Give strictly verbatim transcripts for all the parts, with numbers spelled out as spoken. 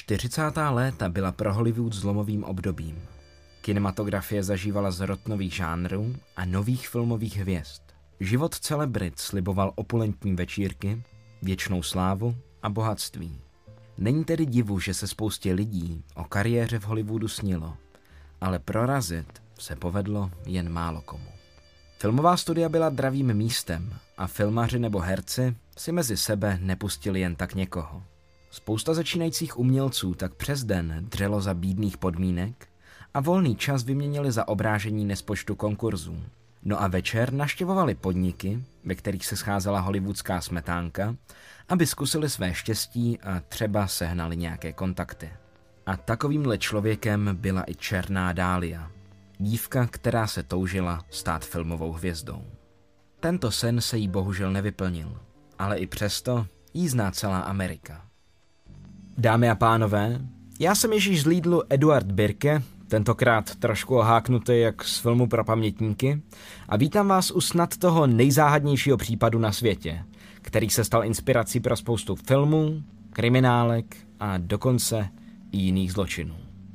čtyřicátá léta byla pro Hollywood zlomovým obdobím. Kinematografie zažívala zrod nových žánrů a nových filmových hvězd. Život celebrit sliboval opulentní večírky, věčnou slávu a bohatství. Není tedy divu, že se spoustě lidí o kariéře v Hollywoodu snilo, ale prorazit se povedlo jen málo komu. Filmová studia byla dravým místem a filmaři nebo herci si mezi sebe nepustili jen tak někoho. Spousta začínajících umělců tak přes den dřelo za bídných podmínek a volný čas vyměnili za obrážení nespočtu konkurzů. No a večer navštěvovali podniky, ve kterých se scházela hollywoodská smetánka, aby zkusili své štěstí a třeba sehnali nějaké kontakty. A takovýmhle člověkem byla i Černá Dália, dívka, která se toužila stát filmovou hvězdou. Tento sen se jí bohužel nevyplnil, ale i přesto jí zná celá Amerika. Dámy a pánové, já jsem Ježíš z Lidlu Eduard Birke, tentokrát trošku oháknutý jak z filmu pro pamětníky, a vítám vás u snad toho nejzáhadnějšího případu na světě, který se stal inspirací pro spoustu filmů, kriminálek a dokonce i jiných zločinů.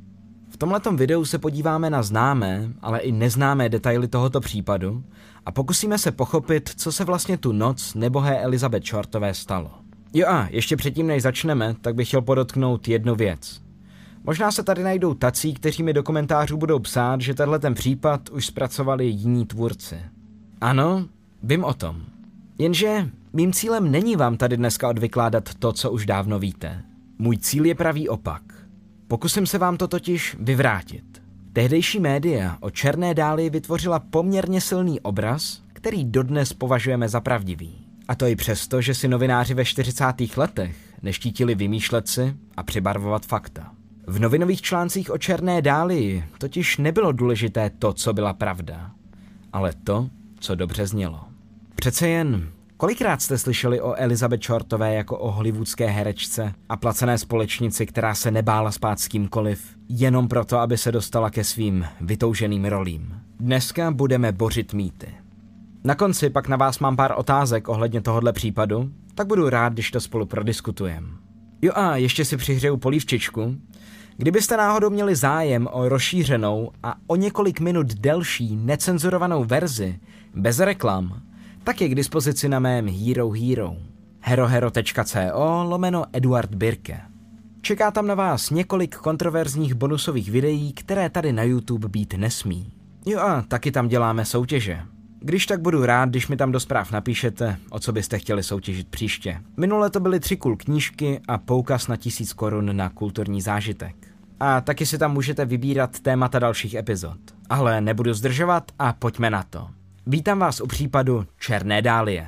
V tomhletom videu se podíváme na známé, ale i neznámé detaily tohoto případu a pokusíme se pochopit, co se vlastně tu noc nebohé Elizabeth Shortové stalo. Jo a ještě předtím, než začneme, tak bych chtěl podotknout jednu věc. Možná se tady najdou tací, kteří mi do komentářů budou psát, že tenhle ten případ už zpracovali jiní tvůrci. Ano, vím o tom. Jenže mým cílem není vám tady dneska odvykládat to, co už dávno víte. Můj cíl je pravý opak. Pokusím se vám to totiž vyvrátit. Tehdejší média o Černé Dálii vytvořila poměrně silný obraz, který dodnes považujeme za pravdivý. A to i přesto, že si novináři ve čtyřicátých letech neštítili vymýšlet si a přibarvovat fakta. V novinových článcích o Černé Dálii totiž nebylo důležité to, co byla pravda, ale to, co dobře znělo. Přece jen, kolikrát jste slyšeli o Elizabeth Shortové jako o hollywoodské herečce a placené společnici, která se nebála spát s kýmkoliv, jenom proto, aby se dostala ke svým vytouženým rolím? Dneska budeme bořit mýty. Na konci pak na vás mám pár otázek ohledně tohohle případu, tak budu rád, když to spolu prodiskutujeme. Jo a ještě si přihřeju polívčičku. Kdybyste náhodou měli zájem o rozšířenou a o několik minut delší necenzurovanou verzi, bez reklam, tak je k dispozici na mém Hero Hero. herohero tečka co lomeno Eduard Birke. Čeká tam na vás několik kontroverzních bonusových videí, které tady na YouTube být nesmí. Jo a taky tam děláme soutěže. Když tak budu rád, když mi tam do zpráv napíšete, o co byste chtěli soutěžit příště. Minule to byly tři cool knížky a poukaz na tisíc korun na kulturní zážitek. A taky si tam můžete vybírat témata dalších epizod. Ale nebudu zdržovat a pojďme na to. Vítám vás u případu Černé Dálie.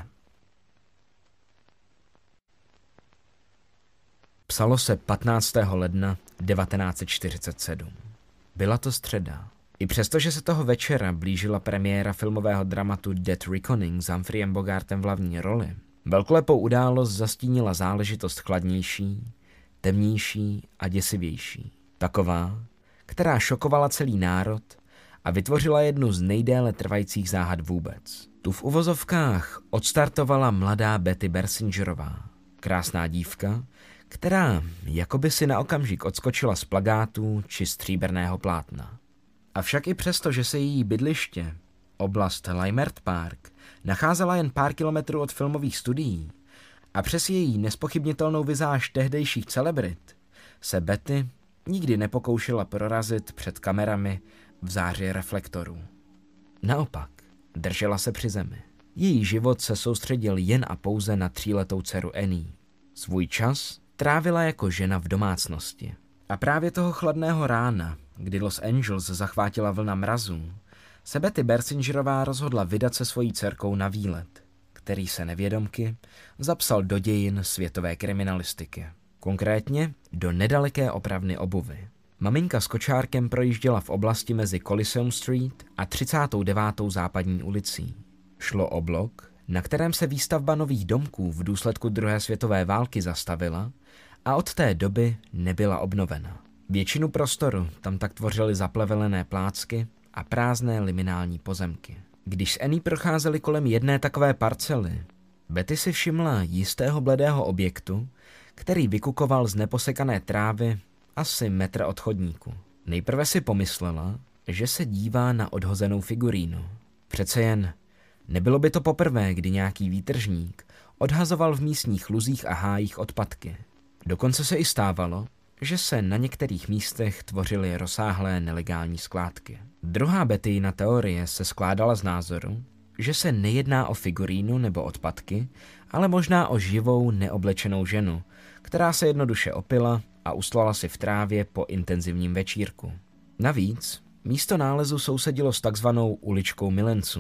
Psalo se patnáctého ledna devatenáct set čtyřicet sedm. Byla to středa. I přesto, že se toho večera blížila premiéra filmového dramatu Dead Reckoning s Humphreyem Bogartem v hlavní roli, velkolepou událost zastínila záležitost chladnější, temnější a děsivější. Taková, která šokovala celý národ a vytvořila jednu z nejdéle trvajících záhad vůbec. Tu v uvozovkách odstartovala mladá Betty Bersingerová, krásná dívka, která jakoby si na okamžik odskočila z plakátů či stříbrného plátna. Avšak i přesto, že se její bydliště, oblast Leimert Park, nacházela jen pár kilometrů od filmových studií a přes její nespochybnitelnou vizáž tehdejších celebrit, se Betty nikdy nepokoušela prorazit před kamerami v záři reflektorů. Naopak, držela se při zemi. Její život se soustředil jen a pouze na tříletou dceru Annie. Svůj čas trávila jako žena v domácnosti. A právě toho chladného rána, kdy Los Angeles zachvátila vlna mrazů, se Betty Bersingerová rozhodla vydat se svojí dcerkou na výlet, který se nevědomky zapsal do dějin světové kriminalistiky. Konkrétně do nedaleké opravny obuvy. Maminka s kočárkem projížděla v oblasti mezi Coliseum Street a třicátou devátou západní ulicí. Šlo o blok, na kterém se výstavba nových domků v důsledku druhé světové války zastavila a od té doby nebyla obnovena. Většinu prostoru tam tak tvořily zaplevelené plácky a prázdné liminální pozemky. Když s Annie procházeli kolem jedné takové parcely, Betty si všimla jistého bledého objektu, který vykukoval z neposekané trávy asi metr od chodníku. Nejprve si pomyslela, že se dívá na odhozenou figurínu. Přece jen nebylo by to poprvé, kdy nějaký výtržník odhazoval v místních luzích a hájích odpadky. Dokonce se i stávalo, že se na některých místech tvořily rozsáhlé nelegální skládky. Druhá Bettyina teorie se skládala z názoru, že se nejedná o figurínu nebo odpadky, ale možná o živou neoblečenou ženu, která se jednoduše opila a uslala si v trávě po intenzivním večírku. Navíc místo nálezu sousedilo s takzvanou uličkou milenců,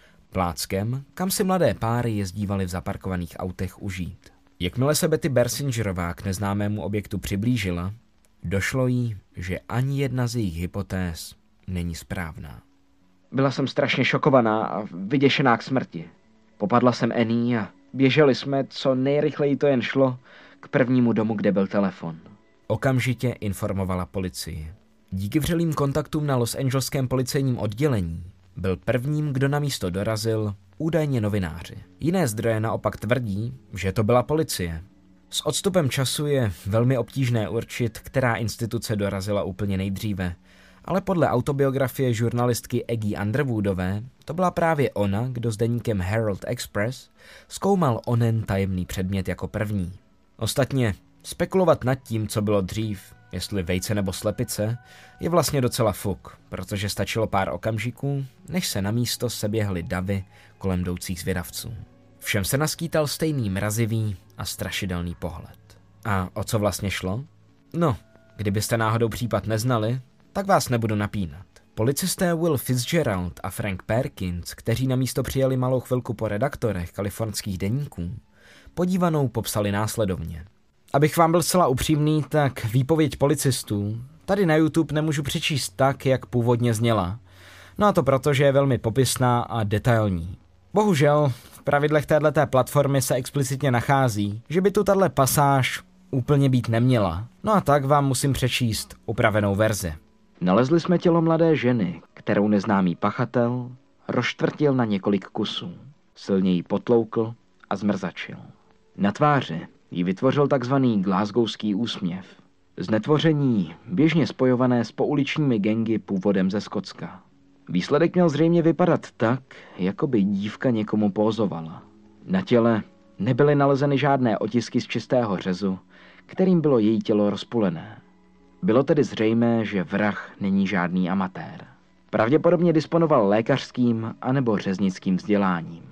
pláckem, kam si mladé páry jezdívali v zaparkovaných autech užít. Jakmile se Betty Bersingerová k neznámému objektu přiblížila, došlo jí, že ani jedna z jejich hypotéz není správná. Byla jsem strašně šokovaná a vyděšená k smrti. Popadla jsem Annie a běželi jsme, co nejrychleji to jen šlo, k prvnímu domu, kde byl telefon. Okamžitě informovala policii. Díky vřelým kontaktům na Los Angeleském policejním oddělení byl prvním, kdo na místo dorazil, údajně novináři. Jiné zdroje naopak tvrdí, že to byla policie. S odstupem času je velmi obtížné určit, která instituce dorazila úplně nejdříve, ale podle autobiografie žurnalistky Aggie Underwoodové to byla právě ona, kdo s deníkem Herald Express zkoumal onen tajemný předmět jako první. Ostatně spekulovat nad tím, co bylo dřív, jestli vejce nebo slepice, je vlastně docela fuk, protože stačilo pár okamžiků, než se na místo seběhly davy kolem jdoucích zvědavců. Všem se naskýtal stejný mrazivý a strašidelný pohled. A o co vlastně šlo? No, kdybyste náhodou případ neznali, tak vás nebudu napínat. Policisté Will Fitzgerald a Frank Perkins, kteří na místo přijeli malou chvilku po redaktorech kalifornských deníků, podívanou popsali následovně. Abych vám byl zcela upřímný, tak výpověď policistů tady na YouTube nemůžu přečíst tak, jak původně zněla. No a to proto, že je velmi popisná a detailní. Bohužel, v pravidlech téhleté platformy se explicitně nachází, že by tu tahle pasáž úplně být neměla. No a tak vám musím přečíst upravenou verzi. Nalezli jsme tělo mladé ženy, kterou neznámý pachatel rozštvrtil na několik kusů. Silně ji potloukl a zmrzačil. Na tváři jí vytvořil takzvaný glasgowský úsměv. Znetvoření běžně spojované s pouličními gangy původem ze Skotska. Výsledek měl zřejmě vypadat tak, jako by dívka někomu pózovala. Na těle nebyly nalezeny žádné otisky z čistého řezu, kterým bylo její tělo rozpulené. Bylo tedy zřejmé, že vrah není žádný amatér. Pravděpodobně disponoval lékařským anebo řeznickým vzděláním.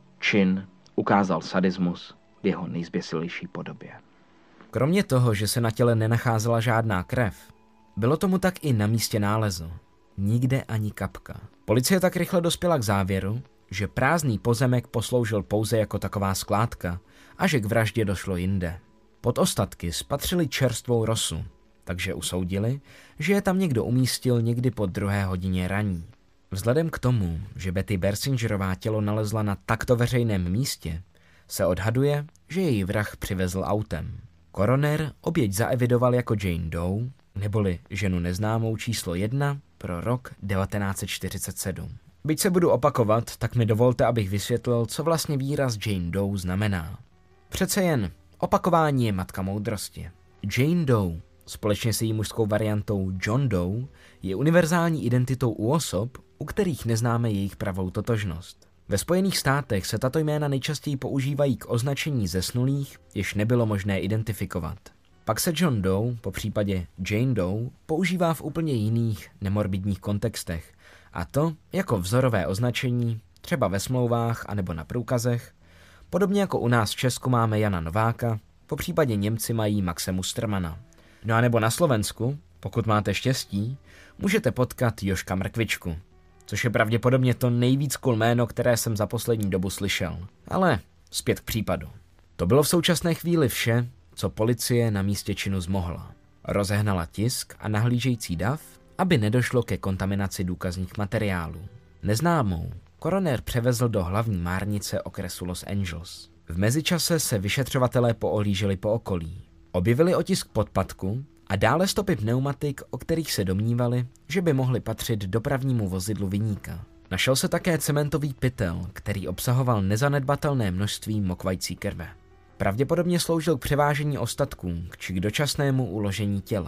Čin ukázal sadismus v jeho nejzběsilejší podobě. Kromě toho, že se na těle nenacházela žádná krev, bylo tomu tak i na místě nálezu. Nikde ani kapka. Policie tak rychle dospěla k závěru, že prázdný pozemek posloužil pouze jako taková skládka a že k vraždě došlo jinde. Pod ostatky spatřili čerstvou rosu, takže usoudili, že je tam někdo umístil někdy po druhé hodině raní. Vzhledem k tomu, že Betty Bersingerová tělo nalezla na takto veřejném místě, se odhaduje, že její vrah přivezl autem. Koroner oběť zaevidoval jako Jane Doe, neboli ženu neznámou číslo jedna pro rok devatenáct set čtyřicet sedm. Byť se budu opakovat, tak mi dovolte, abych vysvětlil, co vlastně výraz Jane Doe znamená. Přece jen opakování je matka moudrosti. Jane Doe, společně s její mužskou variantou John Doe, je univerzální identitou u osob, u kterých neznáme jejich pravou totožnost. Ve Spojených státech se tato jména nejčastěji používají k označení zesnulých, jež nebylo možné identifikovat. Pak se John Doe, po případě Jane Doe, používá v úplně jiných nemorbidních kontextech, a to jako vzorové označení, třeba ve smlouvách anebo na průkazech, podobně jako u nás v Česku máme Jana Nováka, po případě Němci mají Maxe Mustermana. No a nebo na Slovensku, pokud máte štěstí, můžete potkat Joška Mrkvičku, což je pravděpodobně to nejvíc cool jméno, které jsem za poslední dobu slyšel. Ale zpět k případu. To bylo v současné chvíli vše, co policie na místě činu zmohla. Rozehnala tisk a nahlížející dav, aby nedošlo ke kontaminaci důkazních materiálů. Neznámou koroner převezl do hlavní márnice okresu Los Angeles. V mezičase se vyšetřovatelé poohlíželi po okolí. Objevili otisk podpatku a dále stopy pneumatik, o kterých se domnívali, že by mohly patřit dopravnímu vozidlu viníka. Našel se také cementový pytel, který obsahoval nezanedbatelné množství mokvající krve. Pravděpodobně sloužil k převážení ostatků či k dočasnému uložení těla.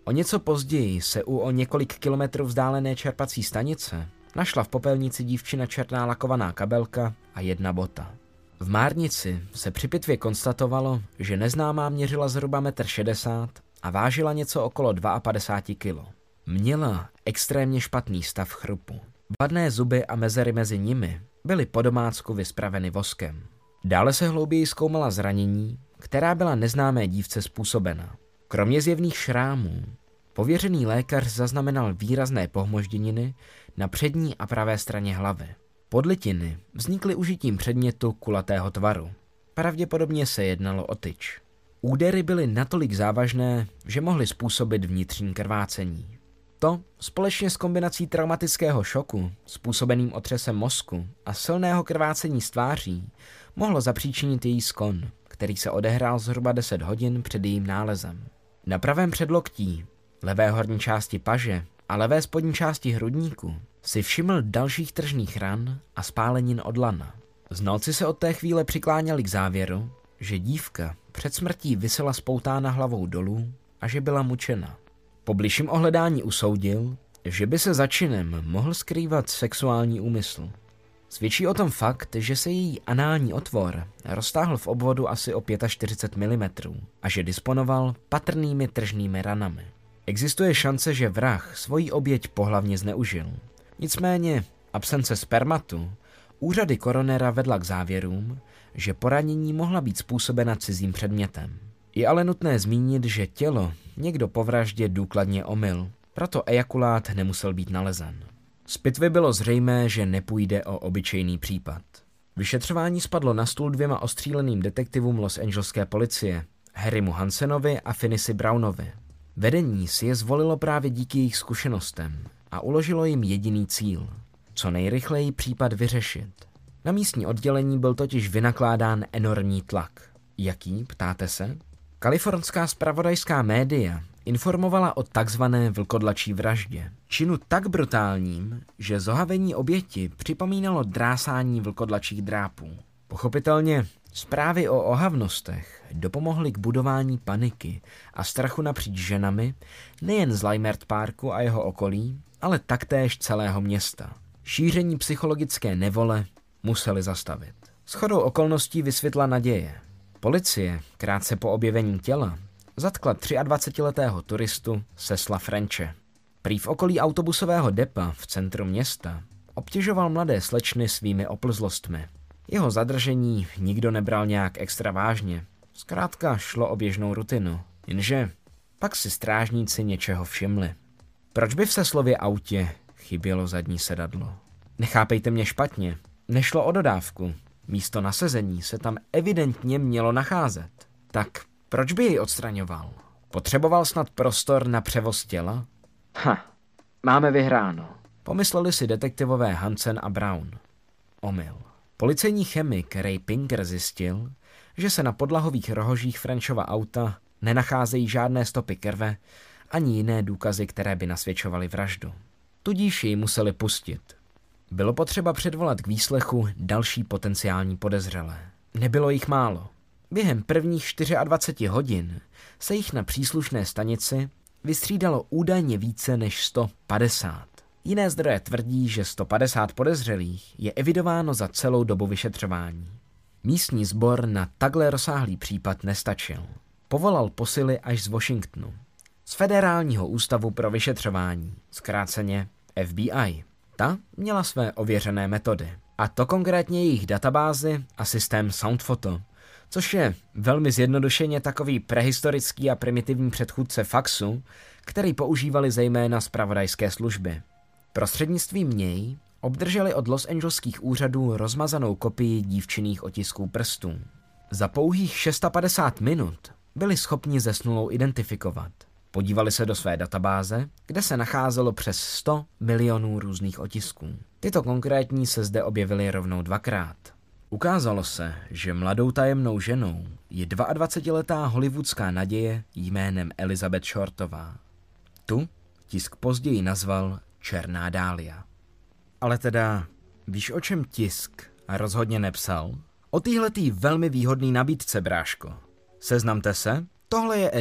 O něco později se u o několik kilometrů vzdálené čerpací stanice našla v popelnici dívčina černá lakovaná kabelka a jedna bota. V Márnici se při pitvě konstatovalo, že neznámá měřila zhruba metr šedesát a vážila něco okolo padesát dva kilo. Měla extrémně špatný stav chrupu. Vadné zuby a mezery mezi nimi byly po domácku vyspraveny voskem. Dále se hlouběji zkoumala zranění, která byla neznámé dívce způsobena. Kromě zjevných šrámů, pověřený lékař zaznamenal výrazné pohmožděniny na přední a pravé straně hlavy. Podlitiny vznikly užitím předmětu kulatého tvaru. Pravděpodobně se jednalo o tyč. Údery byly natolik závažné, že mohly způsobit vnitřní krvácení. To, společně s kombinací traumatického šoku, způsobeným otřesem mozku a silného krvácení z tváří, mohlo zapříčinit její skon, který se odehrál zhruba deset hodin před jejím nálezem. Na pravém předloktí, levé horní části paže a levé spodní části hrudníku si všiml dalších tržních ran a spálenin od lana. Znalci se od té chvíle přikláněli k závěru, že dívka před smrtí visela spoutána hlavou dolů a že byla mučena. Po bližším ohledání usoudil, že by se za činem mohl skrývat sexuální úmysl. Svědčí o tom fakt, že se její anální otvor roztáhl v obvodu asi o čtyřicet pět milimetrů a že disponoval patrnými tržnými ranami. Existuje šance, že vrah svoji oběť pohlavně zneužil. Nicméně absence spermatu úřady koronera vedla k závěrům, že poranění mohla být způsobena cizím předmětem. Je ale nutné zmínit, že tělo někdo po vraždě důkladně omyl, proto ejakulát nemusel být nalezen. Z pitvy bylo zřejmé, že nepůjde o obyčejný případ. Vyšetřování spadlo na stůl dvěma ostříleným detektivům Los Angeleské policie, Harrymu Hansenovi a Finnisi Brownovi. Vedení si je zvolilo právě díky jejich zkušenostem a uložilo jim jediný cíl – co nejrychleji případ vyřešit. Na místní oddělení byl totiž vynakládán enormní tlak. Jaký, ptáte se? Kalifornská zpravodajská média informovala o takzvané vlkodlačí vraždě. Činu tak brutálním, že zohavení oběti připomínalo drásání vlkodlačích drápů. Pochopitelně zprávy o ohavnostech dopomohly k budování paniky a strachu napříč ženami nejen z Leimert Parku a jeho okolí, ale taktéž celého města. Šíření psychologické nevole museli zastavit. Shodou okolností vysvětla naděje. Policie, krátce po objevení těla, zatkla dvacetiletého turistu Cecila Frenche. Prý v okolí autobusového depa v centru města obtěžoval mladé slečny svými oplzlostmi. Jeho zadržení nikdo nebral nějak extra vážně. Zkrátka šlo o běžnou rutinu. Jenže pak si strážníci něčeho všimli. Proč by v Cecilově autě chybělo zadní sedadlo? Nechápejte mě špatně. Nešlo o dodávku. Místo nasezení se tam evidentně mělo nacházet. Tak proč by jej odstraňoval? Potřeboval snad prostor na převoz těla? Ha, máme vyhráno. Pomysleli si detektivové Hansen a Brown. Omyl. Policejní chemik Ray Pinker zjistil, že se na podlahových rohožích Frenchova auta nenacházejí žádné stopy krve ani jiné důkazy, které by nasvědčovaly vraždu. Tudíž ji museli pustit. Bylo potřeba předvolat k výslechu další potenciální podezřelé. Nebylo jich málo. Během prvních dvaceti čtyř hodin se jich na příslušné stanici vystřídalo údajně více než sto padesát. Jiné zdroje tvrdí, že sto padesát podezřelých je evidováno za celou dobu vyšetřování. Místní sbor na takhle rozsáhlý případ nestačil. Povolal posily až z Washingtonu, z Federálního ústavu pro vyšetřování, zkráceně F B I. Ta měla své ověřené metody, a to konkrétně jejich databázy a systém Soundphoto, což je velmi zjednodušeně takový prehistorický a primitivní předchůdce faxu, který používali zejména zpravodajské služby. Prostřednictvím něj obdrželi od Los Angeleských úřadů rozmazanou kopii dívčinných otisků prstů. Za pouhých padesát šest minut byli schopni zesnulou identifikovat. Podívali se do své databáze, kde se nacházelo přes sto milionů různých otisků. Tyto konkrétní se zde objevily rovnou dvakrát. Ukázalo se, že mladou tajemnou ženou je dvacetiletá hollywoodská naděje jménem Elizabeth Shortová. Tu tisk později nazval Černá dália. Ale teda, víš, o čem tisk a rozhodně nepsal? O téhletý velmi výhodný nabídce, bráško. Seznamte se, tohle je Eda,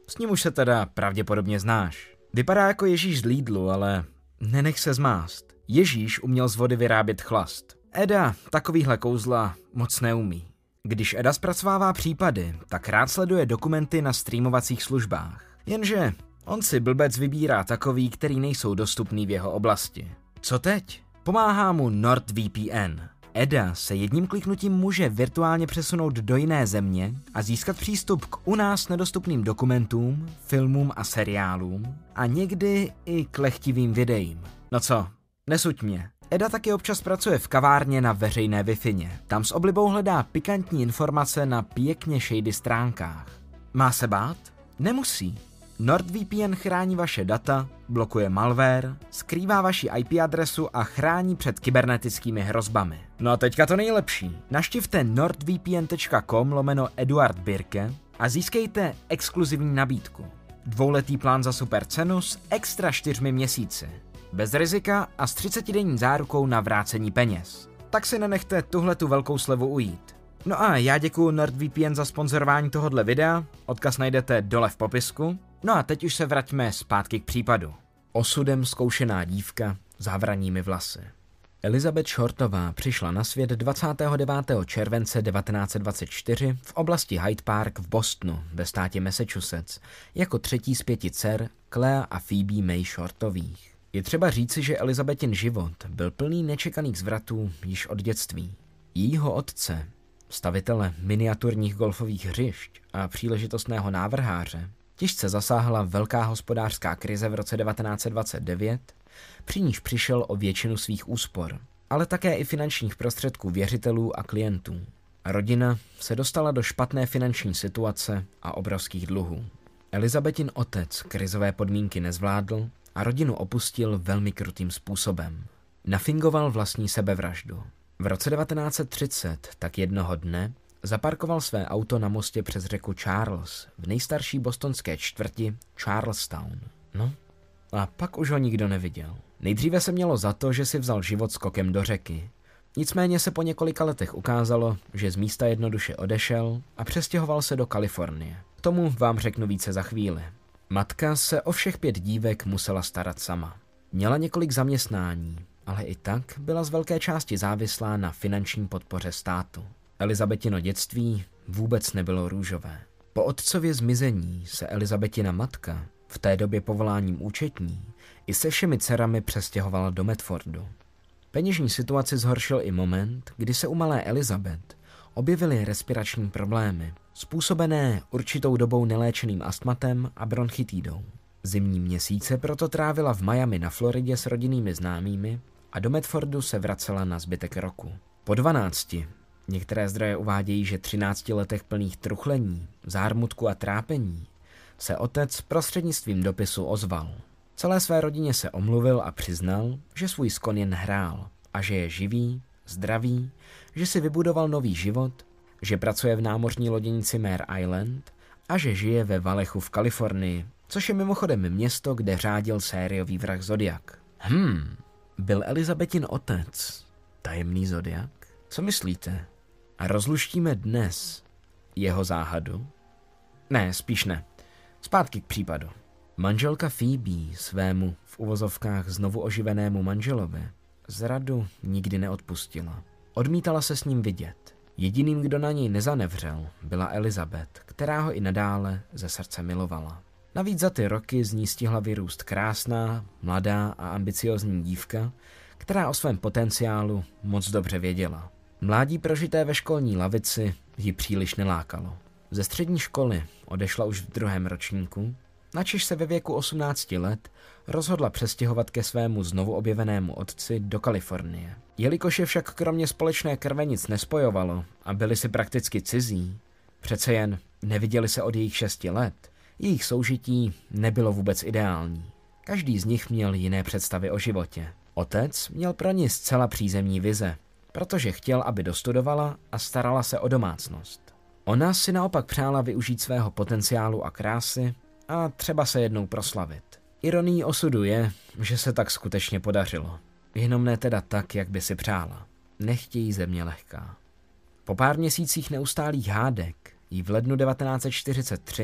S ním už se teda pravděpodobně znáš. Vypadá jako Ježíš z Lidlu, ale nenech se zmást. Ježíš uměl z vody vyrábět chlast. Eda takovýhle kouzla moc neumí. Když Eda zpracovává případy, tak rád sleduje dokumenty na streamovacích službách. Jenže on si blbec vybírá takový, který nejsou dostupný v jeho oblasti. Co teď? Pomáhá mu NordVPN. Eda se jedním kliknutím může virtuálně přesunout do jiné země a získat přístup k u nás nedostupným dokumentům, filmům a seriálům a někdy i k lehtivým videím. No co, nesuď mě. Eda taky občas pracuje v kavárně na veřejné Wi-Fi. Tam s oblibou hledá pikantní informace na pěkně shady stránkách. Má se bát? Nemusí. NordVPN chrání vaše data, blokuje malware, skrývá vaši í pé adresu a chrání před kybernetickými hrozbami. No a teďka to nejlepší. Naštivte nordvpn.com lomeno Eduard Birke a získejte exkluzivní nabídku. Dvouletý plán za super cenu s extra čtyřmi měsíci. Bez rizika a s třicetidenní zárukou na vrácení peněz. Tak si nenechte tuhletu velkou slevu ujít. No a já děkuju NordVPN za sponzorování tohohle videa, odkaz najdete dole v popisku. No a teď už se vraťme zpátky k případu. Osudem zkoušená dívka s havranými vlasy. Elizabeth Shortová přišla na svět dvacátého devátého července devatenáct set dvacet čtyři v oblasti Hyde Park v Bostonu ve státě Massachusetts jako třetí z pěti dcer Clea a Phoebe May Shortových. Je třeba říci, že Elizabethin život byl plný nečekaných zvratů již od dětství. Jejího otce, stavitele miniaturních golfových hřišť a příležitostného návrháře, těžce zasáhla velká hospodářská krize v roce devatenáct set dvacet devět, při níž přišel o většinu svých úspor, ale také i finančních prostředků věřitelů a klientů. Rodina se dostala do špatné finanční situace a obrovských dluhů. Elizabethin otec krizové podmínky nezvládl a rodinu opustil velmi krutým způsobem. Nafingoval vlastní sebevraždu. V roce devatenáct set třicet tak jednoho dne zaparkoval své auto na mostě přes řeku Charles v nejstarší bostonské čtvrti Charlestown. No, a pak už ho nikdo neviděl. Nejdříve se mělo za to, že si vzal život skokem do řeky. Nicméně se po několika letech ukázalo, že z místa jednoduše odešel a přestěhoval se do Kalifornie. K tomu vám řeknu více za chvíli. Matka se o všech pět dívek musela starat sama. Měla několik zaměstnání, ale i tak byla z velké části závislá na finanční podpoře státu. Elizabethino dětství vůbec nebylo růžové. Po otcově zmizení se Elizabethina matka, v té době povoláním účetní, i se všemi dcerami přestěhovala do Medfordu. Peněžní situaci zhoršil i moment, kdy se u malé Elizabeth objevily respirační problémy, způsobené určitou dobou neléčeným astmatem a bronchitidou. Zimní měsíce proto trávila v Miami na Floridě s rodinnými známými a do Medfordu se vracela na zbytek roku. Po dvanácti, některé zdroje uvádějí, že třinácti letech plných truchlení, zármutku a trápení, se otec prostřednictvím dopisu ozval. Celé své rodině se omluvil a přiznal, že svůj skon jen hrál a že je živý, zdravý, že si vybudoval nový život, že pracuje v námořní loděnici Mare Island a že žije ve Valechu v Kalifornii, což je mimochodem město, kde řádil sériový vrah Zodiak. Hmm, byl Elizabethin otec tajemný Zodiak? Co myslíte? A rozluštíme dnes jeho záhadu? Ne, spíš ne. Zpátky k případu. Manželka Phoebe svému v uvozovkách znovu oživenému manželovi zradu nikdy neodpustila. Odmítala se s ním vidět. Jediným, kdo na něj nezanevřel, byla Elizabeth, která ho i nadále ze srdce milovala. Navíc za ty roky z ní stihla vyrůst krásná, mladá a ambiciozní dívka, která o svém potenciálu moc dobře věděla. Mládí prožité ve školní lavici ji příliš nelákalo. Ze střední školy odešla už v druhém ročníku, načež se ve věku osmnácti let rozhodla přestěhovat ke svému znovu objevenému otci do Kalifornie. Jelikož je však kromě společné krve nic nespojovalo a byli si prakticky cizí, přece jen neviděli se od jejich šesti let, jejich soužití nebylo vůbec ideální. Každý z nich měl jiné představy o životě. Otec měl pro ní zcela přízemní vize, protože chtěl, aby dostudovala a starala se o domácnost. Ona si naopak přála využít svého potenciálu a krásy a třeba se jednou proslavit. Ironií osudu je, že se tak skutečně podařilo. Jenom ne teda tak, jak by si přála. Nechtějí země lehká. Po pár měsících neustálých hádek jí v lednu devatenáct set čtyřicet tři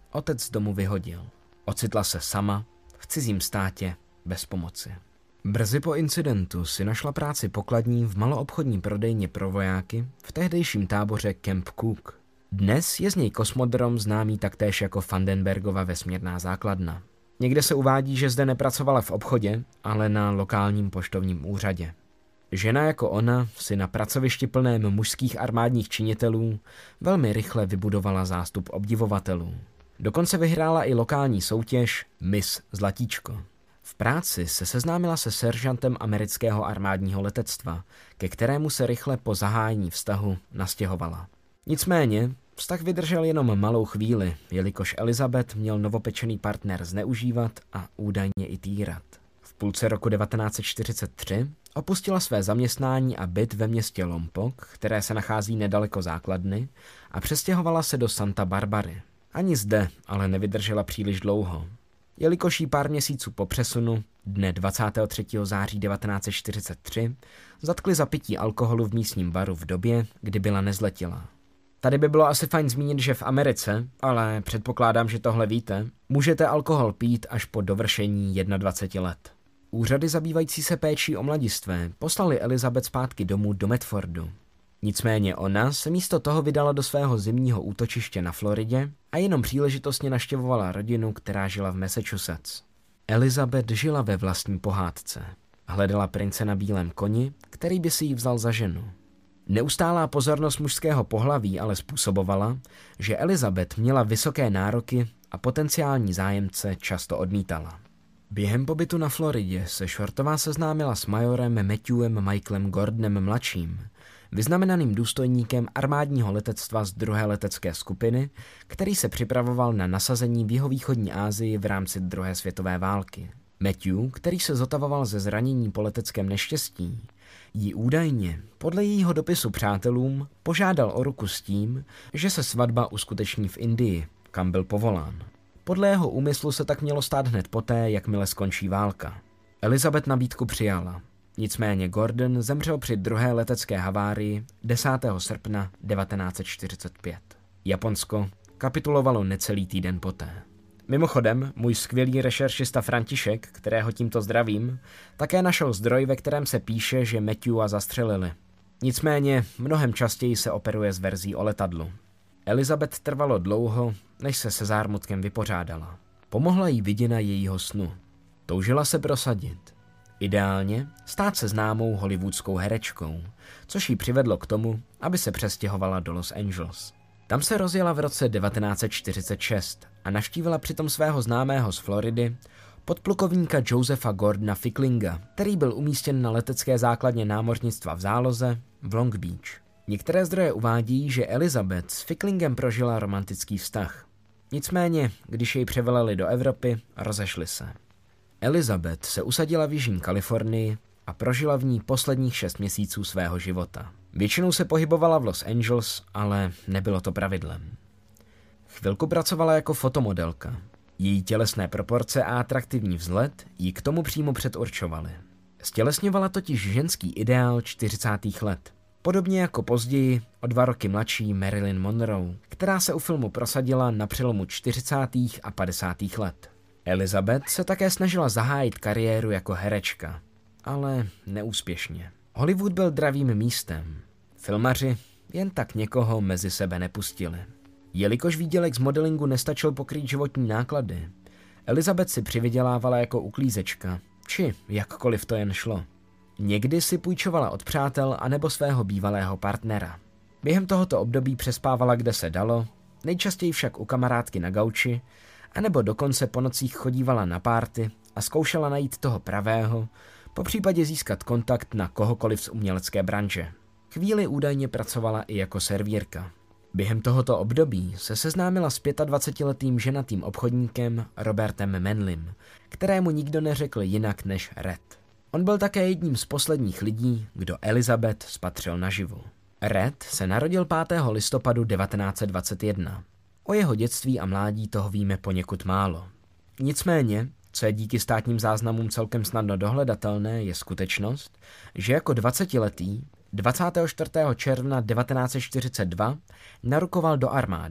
otec z domu vyhodil. Ocitla se sama, v cizím státě, bez pomoci. Brzy po incidentu si našla práci pokladní v maloobchodní prodejně pro vojáky v tehdejším táboře Camp Cook. Dnes je z něj kosmodrom známý taktéž jako Vandenbergova vesmírná základna. Někde se uvádí, že zde nepracovala v obchodě, ale na lokálním poštovním úřadě. Žena jako ona si na pracovišti plném mužských armádních činitelů velmi rychle vybudovala zástup obdivovatelů. Dokonce vyhrála i lokální soutěž Miss Zlatíčko. V práci se seznámila se seržantem amerického armádního letectva, ke kterému se rychle po zahájení vztahu nastěhovala. Nicméně vztah vydržel jenom malou chvíli, jelikož Elizabeth měl novopečený partner zneužívat a údajně i týrat. V půlce roku devatenáct set čtyřicet tři opustila své zaměstnání a byt ve městě Lompoc, které se nachází nedaleko základny, a přestěhovala se do Santa Barbary. Ani zde ale nevydržela příliš dlouho, jelikož jí pár měsíců po přesunu, dne dvacátého třetího září devatenáct set čtyřicet tři, zatkli za pití alkoholu v místním baru v době, kdy byla nezletilá. Tady by bylo asi fajn zmínit, že v Americe, ale předpokládám, že tohle víte, můžete alkohol pít až po dovršení dvaceti jedna let. Úřady zabývající se péčí o mladistvé poslali Elizabeth zpátky domů do Medfordu. Nicméně ona se místo toho vydala do svého zimního útočiště na Floridě a jenom příležitostně navštěvovala rodinu, která žila v Massachusetts. Elizabeth žila ve vlastní pohádce. Hledala prince na bílém koni, který by si ji vzal za ženu. Neustálá pozornost mužského pohlaví ale způsobovala, že Elizabeth měla vysoké nároky a potenciální zájemce často odmítala. Během pobytu na Floridě se Shortová seznámila s majorem Matthewem Michaelem Gordonem mladším, vyznamenaným důstojníkem armádního letectva z druhé letecké skupiny, který se připravoval na nasazení v jihovýchodní Asii v rámci druhé světové války. Matthew, který se zotavoval ze zranění po leteckém neštěstí, jí údajně, podle jejího dopisu přátelům, požádal o ruku s tím, že se svatba uskuteční v Indii, kam byl povolán. Podle jeho úmyslu se tak mělo stát hned poté, jakmile skončí válka. Elizabeth nabídku přijala. Nicméně Gordon zemřel při druhé letecké havárii desátého srpna devatenáct set čtyřicet pět. Japonsko kapitulovalo necelý týden poté. Mimochodem, můj skvělý rešeršista František, kterého tímto zdravím, také našel zdroj, ve kterém se píše, že Matthewa zastřelili. Nicméně mnohem častěji se operuje s verzí o letadlu. Elizabeth trvalo dlouho, než se se zármutkem vypořádala. Pomohla jí vidina jejího snu. Toužila se prosadit. Ideálně stát se známou hollywoodskou herečkou, což jí přivedlo k tomu, aby se přestěhovala do Los Angeles. Tam se rozjela v roce devatenáct set čtyřicet šest a navštívila přitom svého známého z Floridy, podplukovníka Josepha Gordona Ficklinga, který byl umístěn na letecké základně námořnictva v záloze v Long Beach. Některé zdroje uvádí, že Elizabeth s Ficklingem prožila romantický vztah. Nicméně, když jej převeleli do Evropy, rozešli se. Elizabeth se usadila v jižní Kalifornii a prožila v ní posledních šest měsíců svého života. Většinou se pohybovala v Los Angeles, ale nebylo to pravidlem. Chvilku pracovala jako fotomodelka. Její tělesné proporce a atraktivní vzhled ji k tomu přímo předurčovaly. Stělesňovala totiž ženský ideál čtyřicátých let. Podobně jako později o dva roky mladší Marilyn Monroe, která se u filmu prosadila na přelomu čtyřicátých a padesátých let. Elizabeth se také snažila zahájit kariéru jako herečka, ale neúspěšně. Hollywood byl dravým místem. Filmaři jen tak někoho mezi sebe nepustili. Jelikož výdělek z modelingu nestačil pokrýt životní náklady, Elizabeth si přivydělávala jako uklízečka, či jakkoliv to jen šlo. Někdy si půjčovala od přátel anebo svého bývalého partnera. Během tohoto období přespávala kde se dalo, nejčastěji však u kamarádky na gauči, anebo dokonce po nocích chodívala na párty a zkoušela najít toho pravého, popřípadě získat kontakt na kohokoliv z umělecké branže. Chvíli údajně pracovala i jako servírka. Během tohoto období se seznámila s dvacetiletým ženatým obchodníkem Robertem Manlym, kterému nikdo neřekl jinak než Red. On byl také jedním z posledních lidí, kdo Elizabeth spatřil naživu. Red se narodil pátého listopadu devatenáct set dvacet jedna. O jeho dětství a mládí toho víme poněkud málo. Nicméně, co je díky státním záznamům celkem snadno dohledatelné, je skutečnost, že jako dvacetiletý dvacátého čtvrtého června devatenáct set čtyřicet dva narukoval do armády.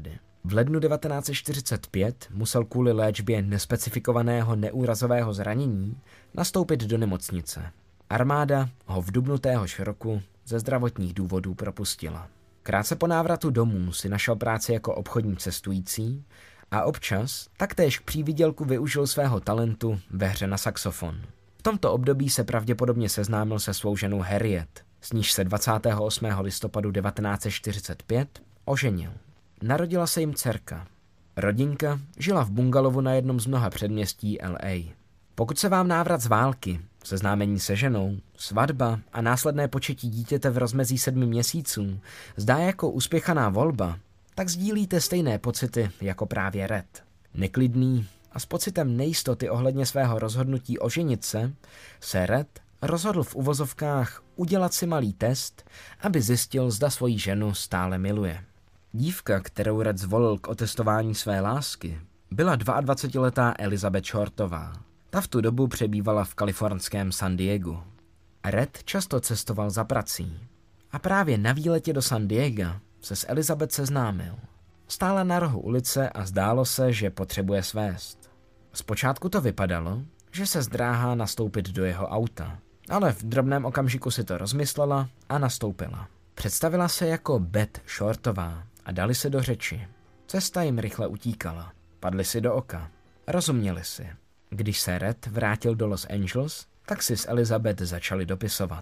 V lednu devatenáct set čtyřicet pět musel kvůli léčbě nespecifikovaného neúrazového zranění nastoupit do nemocnice. Armáda ho v dubnu téhož roku ze zdravotních důvodů propustila. Krátce po návratu domů si našel práci jako obchodní cestující a občas taktéž k přívidělku využil svého talentu ve hře na saxofon. V tomto období se pravděpodobně seznámil se svou ženou Harriet, s níž se dvacátého osmého listopadu devatenáct set čtyřicet pět oženil. Narodila se jim dcerka. Rodinka žila v bungalovu na jednom z mnoha předměstí L A. Pokud se vám návrat z války, seznámení se ženou, svatba a následné početí dítěte v rozmezí sedmi měsíců zdá jako uspěchaná volba, tak sdílíte stejné pocity jako právě Red. Neklidný a s pocitem nejistoty ohledně svého rozhodnutí oženit se, se Red rozhodl v uvozovkách udělat si malý test, aby zjistil, zda svoji ženu stále miluje. Dívka, kterou Red zvolil k otestování své lásky, byla dvaadvacetiletá Elizabeth Shortová. Ta v tu dobu přebývala v kalifornském San Diegu. Red často cestoval za prací a právě na výletě do San Diega se s Elizabeth seznámil. Stála na rohu ulice a zdálo se, že potřebuje svést. Zpočátku to vypadalo, že se zdráhá nastoupit do jeho auta, ale v drobném okamžiku si to rozmyslela a nastoupila. Představila se jako Beth Shortová a dali se do řeči. Cesta jim rychle utíkala. Padli si do oka. Rozuměli si. Když se Red vrátil do Los Angeles, tak si s Elizabeth začali dopisovat.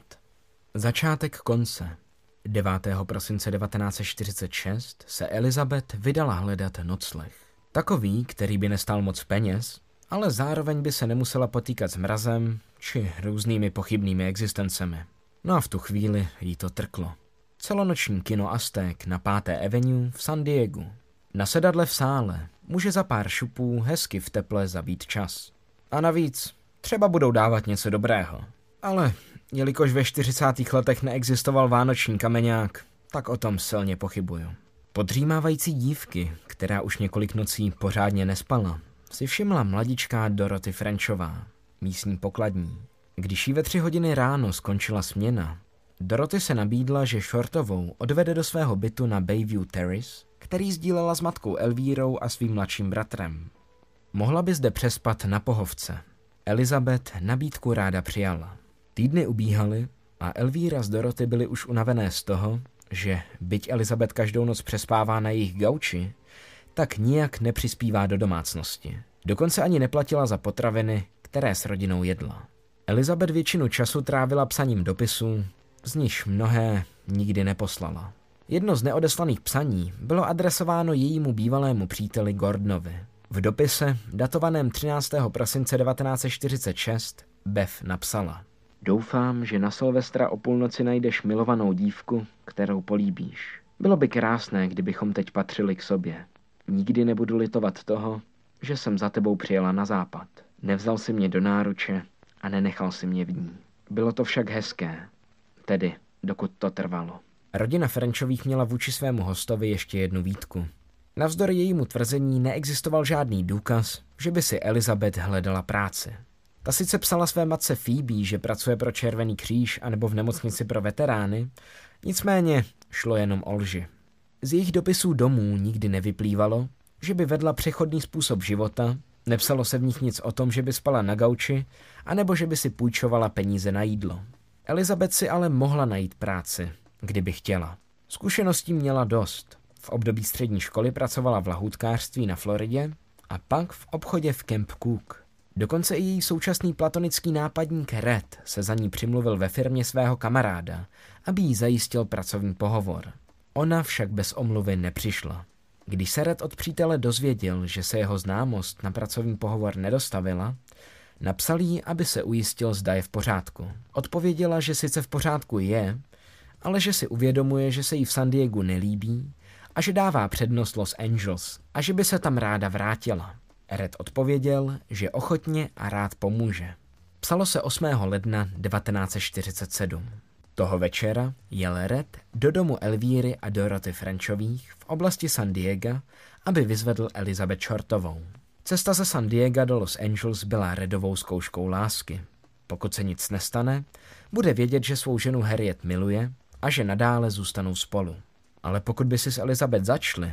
Začátek konce. devátého prosince devatenáct set čtyřicet šest se Elizabeth vydala hledat nocleh. Takový, který by nestál moc peněz, ale zároveň by se nemusela potýkat s mrazem či různými pochybnými existencemi. No a v tu chvíli jí to trklo. Celonoční kino Aztek na páté Avenue v San Diegu. Na sedadle v sále může za pár šupů hezky v teple zabít čas. A navíc třeba budou dávat něco dobrého. Ale jelikož ve čtyřicátých letech neexistoval vánoční kameňák, tak o tom silně pochybuju. Podřímávající dívky, která už několik nocí pořádně nespala, si všimla mladičká Dorothy Frenchová, místní pokladní. Když jí ve tři hodiny ráno skončila směna, Dorothy se nabídla, že Shortovou odvede do svého bytu na Bayview Terrace, který sdílela s matkou Elvírou a svým mladším bratrem. Mohla by zde přespat na pohovce. Elizabeth nabídku ráda přijala. Týdny ubíhaly a Elvíra s Dorothy byly už unavené z toho, že byť Elizabeth každou noc přespává na jejich gauči, tak nijak nepřispívá do domácnosti. Dokonce ani neplatila za potraviny, které s rodinou jedla. Elizabeth většinu času trávila psaním dopisů, z nichž mnohé nikdy neposlala. Jedno z neodeslaných psaní bylo adresováno jejímu bývalému příteli Gordonovi. V dopise, datovaném třináctého prosince devatenáct set čtyřicet šest, Beth napsala: Doufám, že na Silvestra o půlnoci najdeš milovanou dívku, kterou políbíš. Bylo by krásné, kdybychom teď patřili k sobě. Nikdy nebudu litovat toho, že jsem za tebou přijela na západ. Nevzal si mě do náruče a nenechal si mě v ní. Bylo to však hezké, tedy dokud to trvalo. Rodina Frenchových měla vůči svému hostovi ještě jednu výtku. Navzdory jejímu tvrzení neexistoval žádný důkaz, že by si Elizabeth hledala práci. Ta sice psala své matce Phoebe, že pracuje pro Červený kříž anebo v nemocnici pro veterány, nicméně šlo jenom o lži. Z jejich dopisů domů nikdy nevyplývalo, že by vedla přechodný způsob života, nepsalo se v nich nic o tom, že by spala na gauči, anebo že by si půjčovala peníze na jídlo. Elizabeth si ale mohla najít práci, kdyby chtěla. Zkušeností měla dost. V období střední školy pracovala v lahůdkářství na Floridě a pak v obchodě v Camp Cook. Dokonce i její současný platonický nápadník Red se za ní přimluvil ve firmě svého kamaráda, aby jí zajistil pracovní pohovor. Ona však bez omluvy nepřišla. Když se Red od přítele dozvěděl, že se jeho známost na pracovní pohovor nedostavila, napsal jí, aby se ujistil, zda je v pořádku. Odpověděla, že sice v pořádku je, ale že si uvědomuje, že se jí v San Diegu nelíbí a že dává přednost Los Angeles a že by se tam ráda vrátila. Red odpověděl, že ochotně a rád pomůže. Psalo se osmého ledna devatenáct set čtyřicet sedm. Toho večera jel Red do domu Elvíry a Dorothy Frenchových v oblasti San Diega, aby vyzvedl Elizabeth Shortovou. Cesta ze San Diega do Los Angeles byla Redovou zkouškou lásky. Pokud se nic nestane, bude vědět, že svou ženu Harriet miluje a že nadále zůstanou spolu. Ale pokud by si s Elizabeth začali,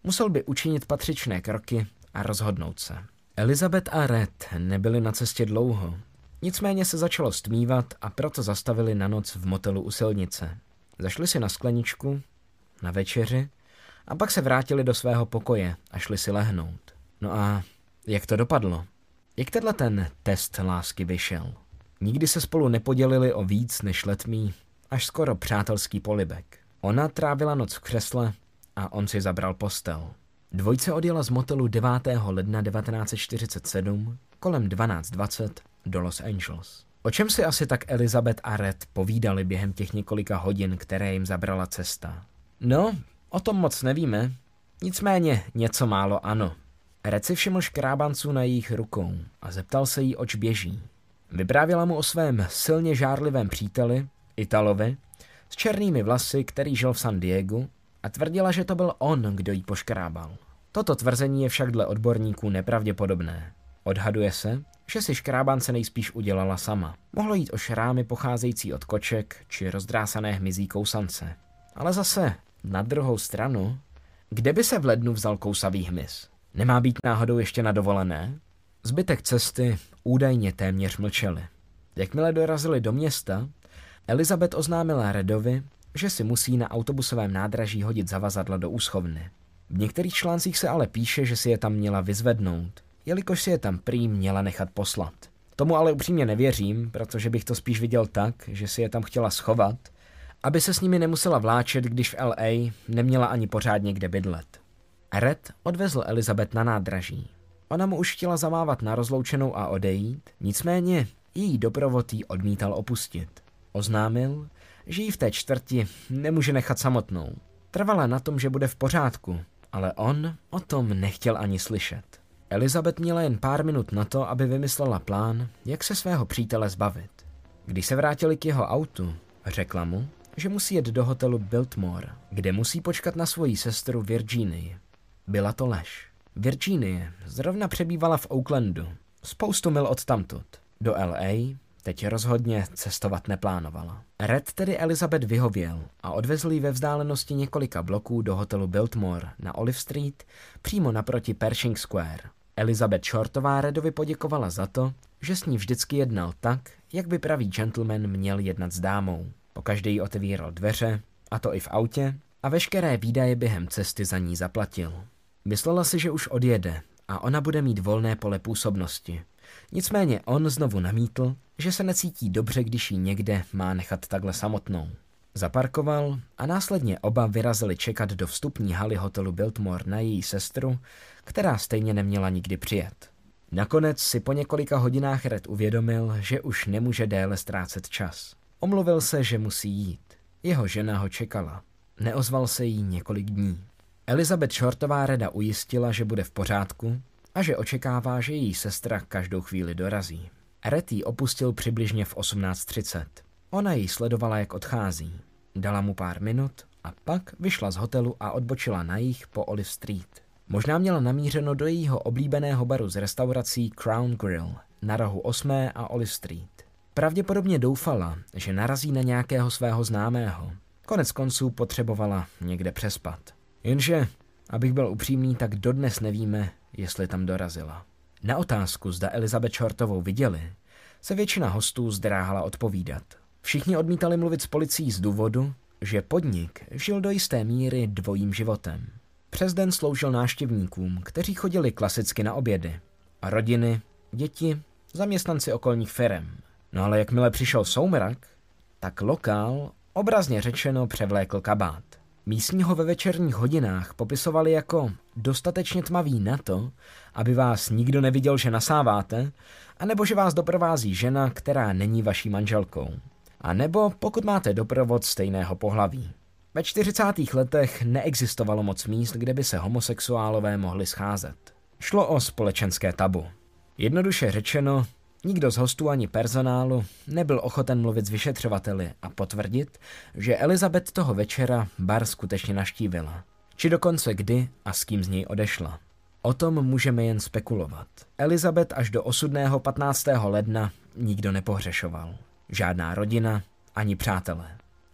Musel by učinit patřičné kroky a rozhodnout se. Elizabeth a Red nebyli na cestě dlouho. Nicméně se začalo stmívat a proto zastavili na noc v motelu u silnice. Zašli si na skleničku, na večeři a pak se vrátili do svého pokoje a šli si lehnout. No a jak to dopadlo? Jak tenhle ten test lásky vyšel? Nikdy se spolu nepodělili o víc než letmý, až skoro přátelský polibek. Ona trávila noc v křesle a on si zabral postel. Dvojce odjela z motelu devátého ledna devatenáct set čtyřicet sedm kolem dvanáct dvacet do Los Angeles. O čem si asi tak Elizabeth a Red povídali během těch několika hodin, které jim zabrala cesta? No, o tom moc nevíme, nicméně něco málo ano. Red si všiml škrábanců na jejich rukou a zeptal se jí, oč běží. Vyprávěla mu o svém silně žárlivém příteli, Italovi, s černými vlasy, který žil v San Diegu, a tvrdila, že to byl on, kdo jí poškrábal. Toto tvrzení je však dle odborníků nepravděpodobné. Odhaduje se, že si škrábance nejspíš udělala sama. Mohlo jít o šrámy pocházející od koček či rozdrásané hmyzí kousance. Ale zase, na druhou stranu, kde by se v lednu vzal kousavý hmyz? Nemá být náhodou ještě na dovolené? Zbytek cesty údajně téměř mlčeli. Jakmile dorazili do města, Elizabeth oznámila Redovi, že si musí na autobusovém nádraží hodit zavazadla do úschovny. V některých článcích se ale píše, že si je tam měla vyzvednout, jelikož si je tam prý měla nechat poslat. Tomu ale upřímně nevěřím, protože bych to spíš viděl tak, že si je tam chtěla schovat, aby se s nimi nemusela vláčet, když v L A neměla ani pořádně kde bydlet. Red odvezl Elizabeth na nádraží. Ona mu už chtěla zamávat na rozloučenou a odejít, nicméně její doprovod jí odmítal opustit. Oznámil, že ji v té čtvrti nemůže nechat samotnou. Trvala na tom, že bude v pořádku, ale on o tom nechtěl ani slyšet. Elizabeth měla jen pár minut na to, aby vymyslela plán, jak se svého přítele zbavit. Když se vrátili k jeho autu, řekla mu, že musí jet do hotelu Biltmore, kde musí počkat na svoji sestru Virginii. Byla to lež. Virginie zrovna přebývala v Oaklandu, spoustu mil odtamtud. Do L A teď rozhodně cestovat neplánovala. Red tedy Elizabeth vyhověl a odvezl ji ve vzdálenosti několika bloků do hotelu Biltmore na Olive Street, přímo naproti Pershing Square. Elizabeth Shortová Redovi poděkovala za to, že s ní vždycky jednal tak, jak by pravý gentleman měl jednat s dámou. Pokaždé jí otevíral dveře, a to i v autě, a veškeré výdaje během cesty za ní zaplatil. Myslela si, že už odjede a ona bude mít volné pole působnosti. Nicméně on znovu namítl, že se necítí dobře, když ji někde má nechat takhle samotnou. Zaparkoval a následně oba vyrazili čekat do vstupní haly hotelu Biltmore na její sestru, která stejně neměla nikdy přijet. Nakonec si po několika hodinách Red uvědomil, že už nemůže déle ztrácet čas. Omluvil se, že musí jít. Jeho žena ho čekala. Neozval se jí několik dní. Elizabeth Shortová Reda ujistila, že bude v pořádku a že očekává, že její sestra každou chvíli dorazí. Red ji opustil přibližně v osmnáct třicet. Ona ji sledovala, jak odchází. Dala mu pár minut a pak vyšla z hotelu a odbočila na jih po Olive Street. Možná měla namířeno do jejího oblíbeného baru z restaurací Crown Grill na rohu osmé a Olive Street. Pravděpodobně doufala, že narazí na nějakého svého známého. Konec konců potřebovala někde přespat. Jenže, abych byl upřímný, tak dodnes nevíme, jestli tam dorazila. Na otázku, zda Elizabeth Shortovou viděli, se většina hostů zdráhala odpovídat. Všichni odmítali mluvit s policií z důvodu, že podnik žil do jisté míry dvojím životem. Přes den sloužil návštěvníkům, kteří chodili klasicky na obědy, a rodiny, děti, zaměstnanci okolních firem. No ale jakmile přišel soumrak, tak lokál, obrazně řečeno, převlékl kabát. Místní ho ve večerních hodinách popisovali jako dostatečně tmavý na to, aby vás nikdo neviděl, že nasáváte, anebo že vás doprovází žena, která není vaší manželkou. A nebo pokud máte doprovod stejného pohlaví. Ve čtyřicátých letech neexistovalo moc míst, kde by se homosexuálové mohli scházet. Šlo o společenské tabu. Jednoduše řečeno, nikdo z hostů ani personálu nebyl ochoten mluvit s vyšetřovateli a potvrdit, že Elizabeth toho večera bar skutečně navštívila. Či dokonce kdy a s kým z něj odešla. O tom můžeme jen spekulovat. Elizabeth až do osudného patnáctého ledna nikdo nepohřešoval. Žádná rodina ani přátelé.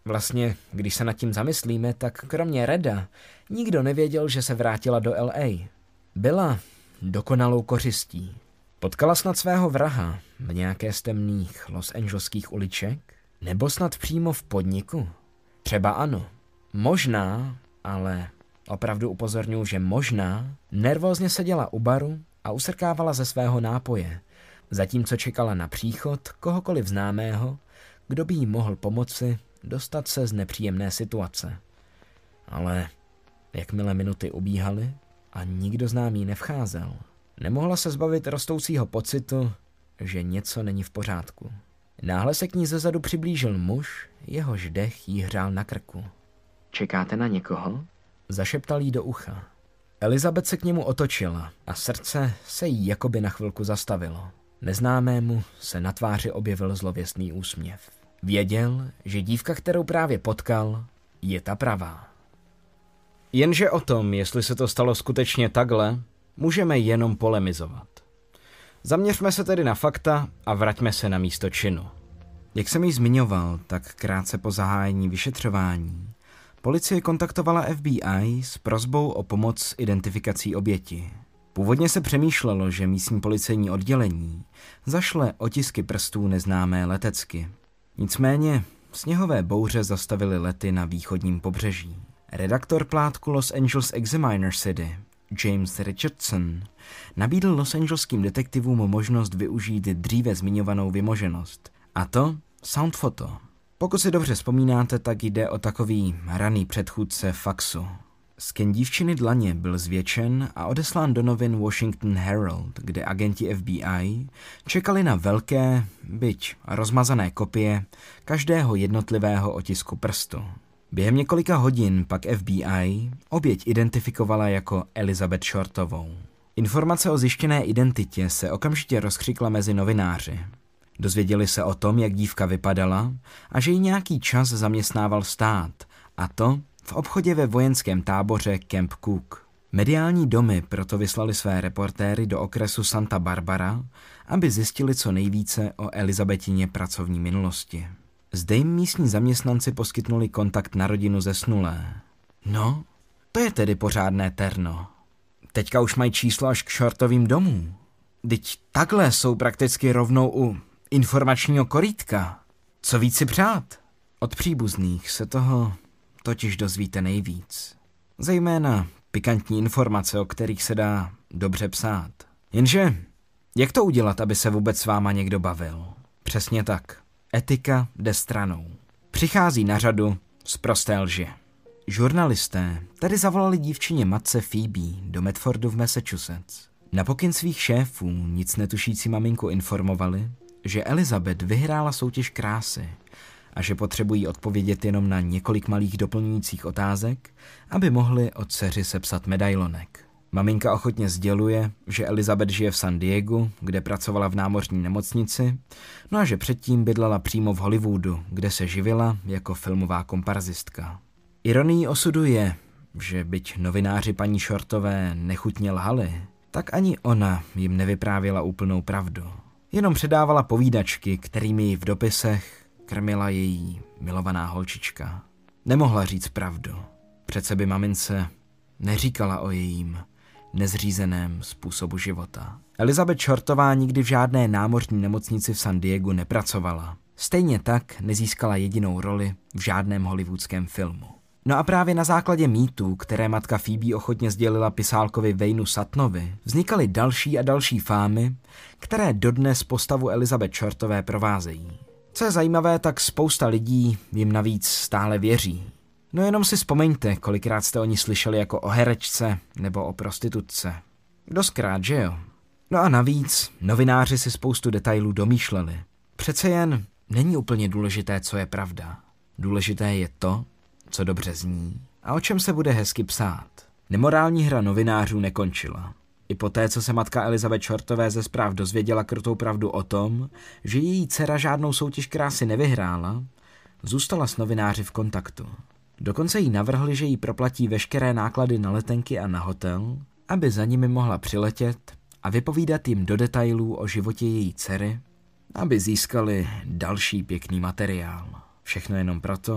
Vlastně, když se nad tím zamyslíme, tak kromě Reda nikdo nevěděl, že se vrátila do L A. Byla dokonalou kořistí. Potkala snad svého vraha v nějaké z temných Los Angeleských uliček? Nebo snad přímo v podniku? Třeba ano. Možná, ale opravdu upozorňuji, že možná, nervózně seděla u baru a usrkávala ze svého nápoje, zatímco čekala na příchod kohokoliv známého, kdo by jí mohl pomoci dostat se z nepříjemné situace. Ale jakmile minuty ubíhaly a nikdo známý nevcházel, nemohla se zbavit rostoucího pocitu, že něco není v pořádku. Náhle se k ní zezadu přiblížil muž, jehož dech jí hřál na krku. Čekáte na někoho? Zašeptal jí do ucha. Elizabeth se k němu otočila a srdce se jí jakoby na chvilku zastavilo. Neznámému se na tváři objevil zlověstný úsměv. Věděl, že dívka, kterou právě potkal, je ta pravá. Jenže o tom, jestli se to stalo skutečně takhle, můžeme jenom polemizovat. Zaměřme se tedy na fakta a vraťme se na místo činu. Jak jsem již zmiňoval, tak krátce po zahájení vyšetřování policie kontaktovala F B I s prosbou o pomoc s identifikací oběti. Původně se přemýšlelo, že místní policejní oddělení zašle otisky prstů neznámé letecky. Nicméně sněhové bouře zastavily lety na východním pobřeží. Redaktor plátku Los Angeles Examiner City James Richardson nabídl losangeleským detektivům možnost využít dříve zmiňovanou vymoženost, a to sound photo. Pokud si dobře vzpomínáte, tak jde o takový raný předchůdce faxu. Sken dívčiny dlaně byl zvětšen a odeslán do novin Washington Herald, kde agenti F B I čekali na velké, byť rozmazané kopie každého jednotlivého otisku prstu. Během několika hodin pak F B I oběť identifikovala jako Elizabeth Shortovou. Informace o zjištěné identitě se okamžitě rozkřikla mezi novináři. Dozvěděli se o tom, jak dívka vypadala a že ji nějaký čas zaměstnával stát, a to v obchodě ve vojenském táboře Camp Cook. Mediální domy proto vyslali své reportéry do okresu Santa Barbara, aby zjistili co nejvíce o Elizabetině pracovní minulosti. Zde jim místní zaměstnanci poskytnuli kontakt na rodinu zesnulé. No, to je tedy pořádné terno. Teďka už mají číslo až k Shortovým domům. Vždyť takhle jsou prakticky rovnou u informačního korytka. Co víc si přát? Od příbuzných se toho totiž dozvíte nejvíc. Zejména pikantní informace, o kterých se dá dobře psát. Jenže, jak to udělat, aby se vůbec s váma někdo bavil? Přesně tak. Etika jde stranou. Přichází na řadu sprosté lži. Žurnalisté tedy zavolali dívčině matce Phoebe do Medfordu v Massachusetts. Na pokyn svých šéfů nic netušící maminku informovali, že Elizabeth vyhrála soutěž krásy a že potřebují odpovědět jenom na několik malých doplňujících otázek, aby mohli od dceři sepsat medailonek. Maminka ochotně sděluje, že Elizabeth žije v San Diegu, kde pracovala v námořní nemocnici, no a že předtím bydlela přímo v Hollywoodu, kde se živila jako filmová komparzistka. Ironií osudu je, že byť novináři paní Shortové nechutně lhali, tak ani ona jim nevyprávěla úplnou pravdu. Jenom předávala povídačky, kterými ji v dopisech krmila její milovaná holčička. Nemohla říct pravdu. Přece by mamince neříkala o jejím nezřízeném způsobu života. Elizabeth Shortová nikdy v žádné námořní nemocnici v San Diegu nepracovala. Stejně tak nezískala jedinou roli v žádném hollywoodském filmu. No a právě na základě mýtů, které matka Phoebe ochotně sdělila pisálkovi Waynu Suttonovi, vznikaly další a další fámy, které dodnes postavu Elizabeth Shortové provázejí. Co je zajímavé, tak spousta lidí jim navíc stále věří. No jenom si vzpomeňte, kolikrát jste o ní slyšeli jako o herečce nebo o prostitutce. Doskrát, že jo? No a navíc novináři si spoustu detailů domýšleli. Přece jen není úplně důležité, co je pravda. Důležité je to, co dobře zní a o čem se bude hezky psát. Nemorální hra novinářů nekončila. I poté, co se matka Elizabeth Shortové ze zpráv dozvěděla krutou pravdu o tom, že její dcera žádnou soutěž krásy nevyhrála, zůstala s novináři v kontaktu. Dokonce jí navrhli, že jí proplatí veškeré náklady na letenky a na hotel, aby za nimi mohla přiletět a vypovídat jim do detailů o životě její dcery, aby získali další pěkný materiál. Všechno jenom proto,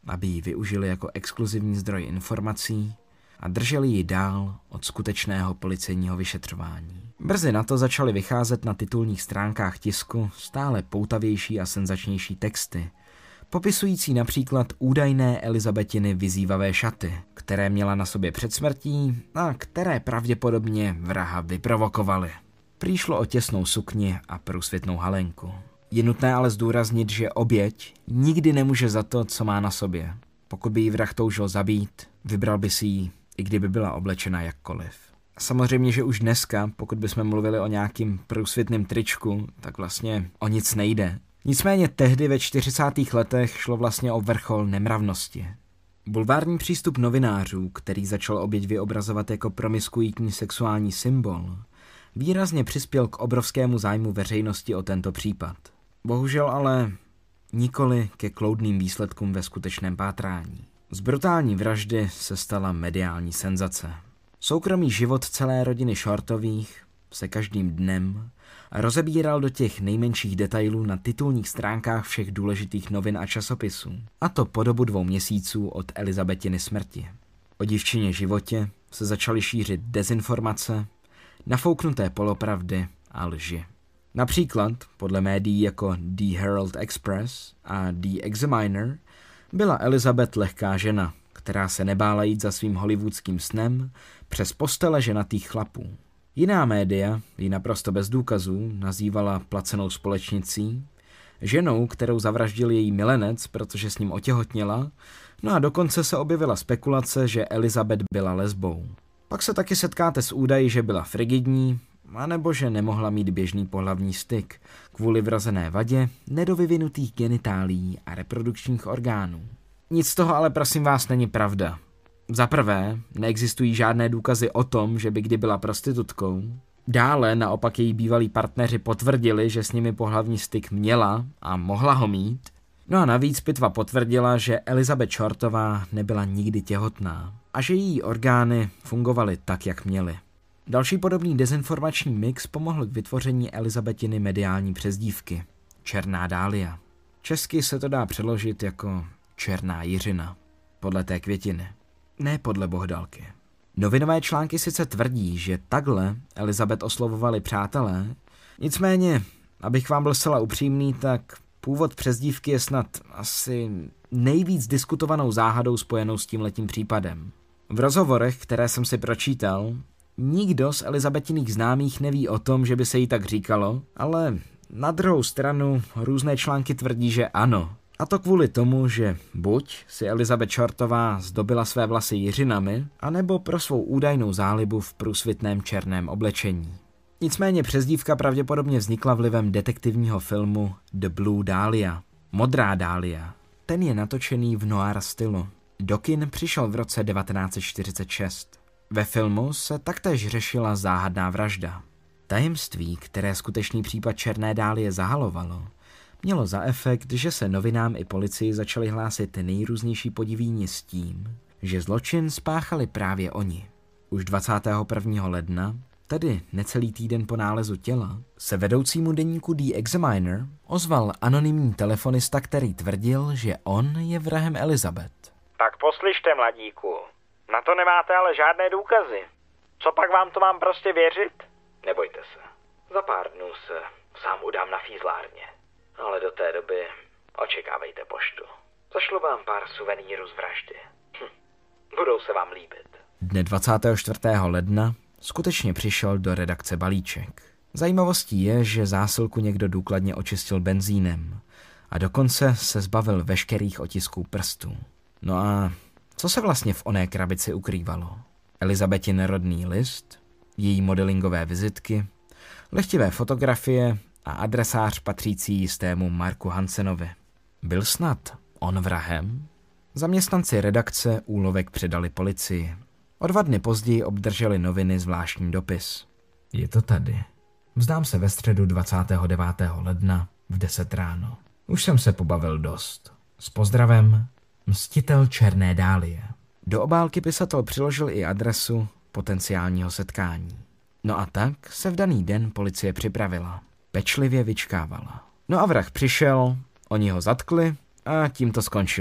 aby ji využili jako exkluzivní zdroj informací a drželi ji dál od skutečného policejního vyšetřování. Brzy na to začaly vycházet na titulních stránkách tisku stále poutavější a senzačnější texty, popisující například údajné Elizabethiny vyzývavé šaty, které měla na sobě před smrtí a které pravděpodobně vraha vyprovokovaly. Prý šlo o těsnou sukni a průsvitnou halenku. Je nutné ale zdůraznit, že oběť nikdy nemůže za to, co má na sobě. Pokud by jí vrah toužil zabít, vybral by si ji, i kdyby byla oblečena jakkoliv. Samozřejmě, že už dneska, pokud bychom mluvili o nějakým průsvitném tričku, tak vlastně o nic nejde. Nicméně tehdy ve čtyřicátých letech šlo vlastně o vrchol nemravnosti. Bulvární přístup novinářů, který začal oběť vyobrazovat jako promiskuitní sexuální symbol, výrazně přispěl k obrovskému zájmu veřejnosti o tento případ. Bohužel ale nikoli ke kloudným výsledkům ve skutečném pátrání. Z brutální vraždy se stala mediální senzace. Soukromý život celé rodiny Shortových se každým dnem rozebíral do těch nejmenších detailů na titulních stránkách všech důležitých novin a časopisů, a to po dobu dvou měsíců od Elizabethiny smrti. O dívčině životě se začaly šířit dezinformace, nafouknuté polopravdy a lži. Například, podle médií jako The Herald Express a The Examiner, byla Elizabeth lehká žena, která se nebála jít za svým hollywoodským snem přes postele ženatých chlapů. Jiná média ji naprosto bez důkazů nazývala placenou společnicí, ženou, kterou zavraždil její milenec, protože s ním otěhotněla, no a dokonce se objevila spekulace, že Elizabeth byla lesbou. Pak se taky setkáte s údaji, že byla frigidní, anebo že nemohla mít běžný pohlavní styk kvůli vrozené vadě, nedovyvinutých genitálií a reprodukčních orgánů. Nic z toho ale prosím vás není pravda. Za prvé, neexistují žádné důkazy o tom, že by kdy byla prostitutkou. Dále naopak její bývalí partneři potvrdili, že s nimi pohlavní styk měla a mohla ho mít. No a navíc pitva potvrdila, že Elizabeth Shortová nebyla nikdy těhotná a že její orgány fungovaly tak, jak měly. Další podobný dezinformační mix pomohl k vytvoření Elizabethiny mediální přezdívky Černá dália. Česky se to dá přeložit jako Černá jiřina, podle té květiny, ne podle bohdalky. Novinové články sice tvrdí, že takhle Elizabeth oslovovali přátelé, nicméně, abych vám byl zcela upřímný, tak původ přezdívky je snad asi nejvíc diskutovanou záhadou spojenou s tímhletím případem. V rozhovorech, které jsem si pročítal, nikdo z Elizabethiných známých neví o tom, že by se jí tak říkalo, ale na druhou stranu různé články tvrdí, že ano. A to kvůli tomu, že buď si Elizabeth Shortová zdobila své vlasy jiřinami, anebo pro svou údajnou zálibu v průsvitném černém oblečení. Nicméně přezdívka pravděpodobně vznikla vlivem detektivního filmu The Blue Dahlia, Modrá dália. Ten je natočený v noir stylu. Do kin přišel v roce devatenáct set čtyřicet šest. Ve filmu se taktéž řešila záhadná vražda. Tajemství, které skutečný případ Černé dálie zahalovalo, mělo za efekt, že se novinám i policii začaly hlásit nejrůznější podivíni s tím, že zločin spáchali právě oni. Už dvacátého prvního ledna, tedy necelý týden po nálezu těla, se vedoucímu deníku The Examiner ozval anonymní telefonista, který tvrdil, že on je vrahem Elizabeth. Tak poslyšte, mladíku, na to nemáte ale žádné důkazy. Co pak vám to mám prostě věřit? Nebojte se, za pár dnů se sám udám na fízlárně. Ale do té doby očekávejte poštu. Zašlu vám pár suvenýrů z vraždy. Hm. Budou se vám líbit. Dne dvacátého čtvrtého ledna skutečně přišel do redakce balíček. Zajímavostí je, že zásilku někdo důkladně očistil benzínem a dokonce se zbavil veškerých otisků prstů. No a co se vlastně v oné krabici ukrývalo? Elizabethin rodný list, její modelingové vizitky, lehtivé fotografie a adresář patřící jistému Marku Hansenovi. Byl snad on vrahem? Zaměstnanci redakce úlovek předali policii. O dva dny později obdrželi noviny zvláštní dopis. Je to tady. Vzdám se ve středu dvacátého devátého ledna v deset ráno. Už jsem se pobavil dost. S pozdravem, Mstitel Černé dálie. Do obálky pisatel přiložil i adresu potenciálního setkání. No a tak se v daný den policie připravila. Pečlivě vyčkávala. No a vrah přišel, oni ho zatkli a tím to skončilo.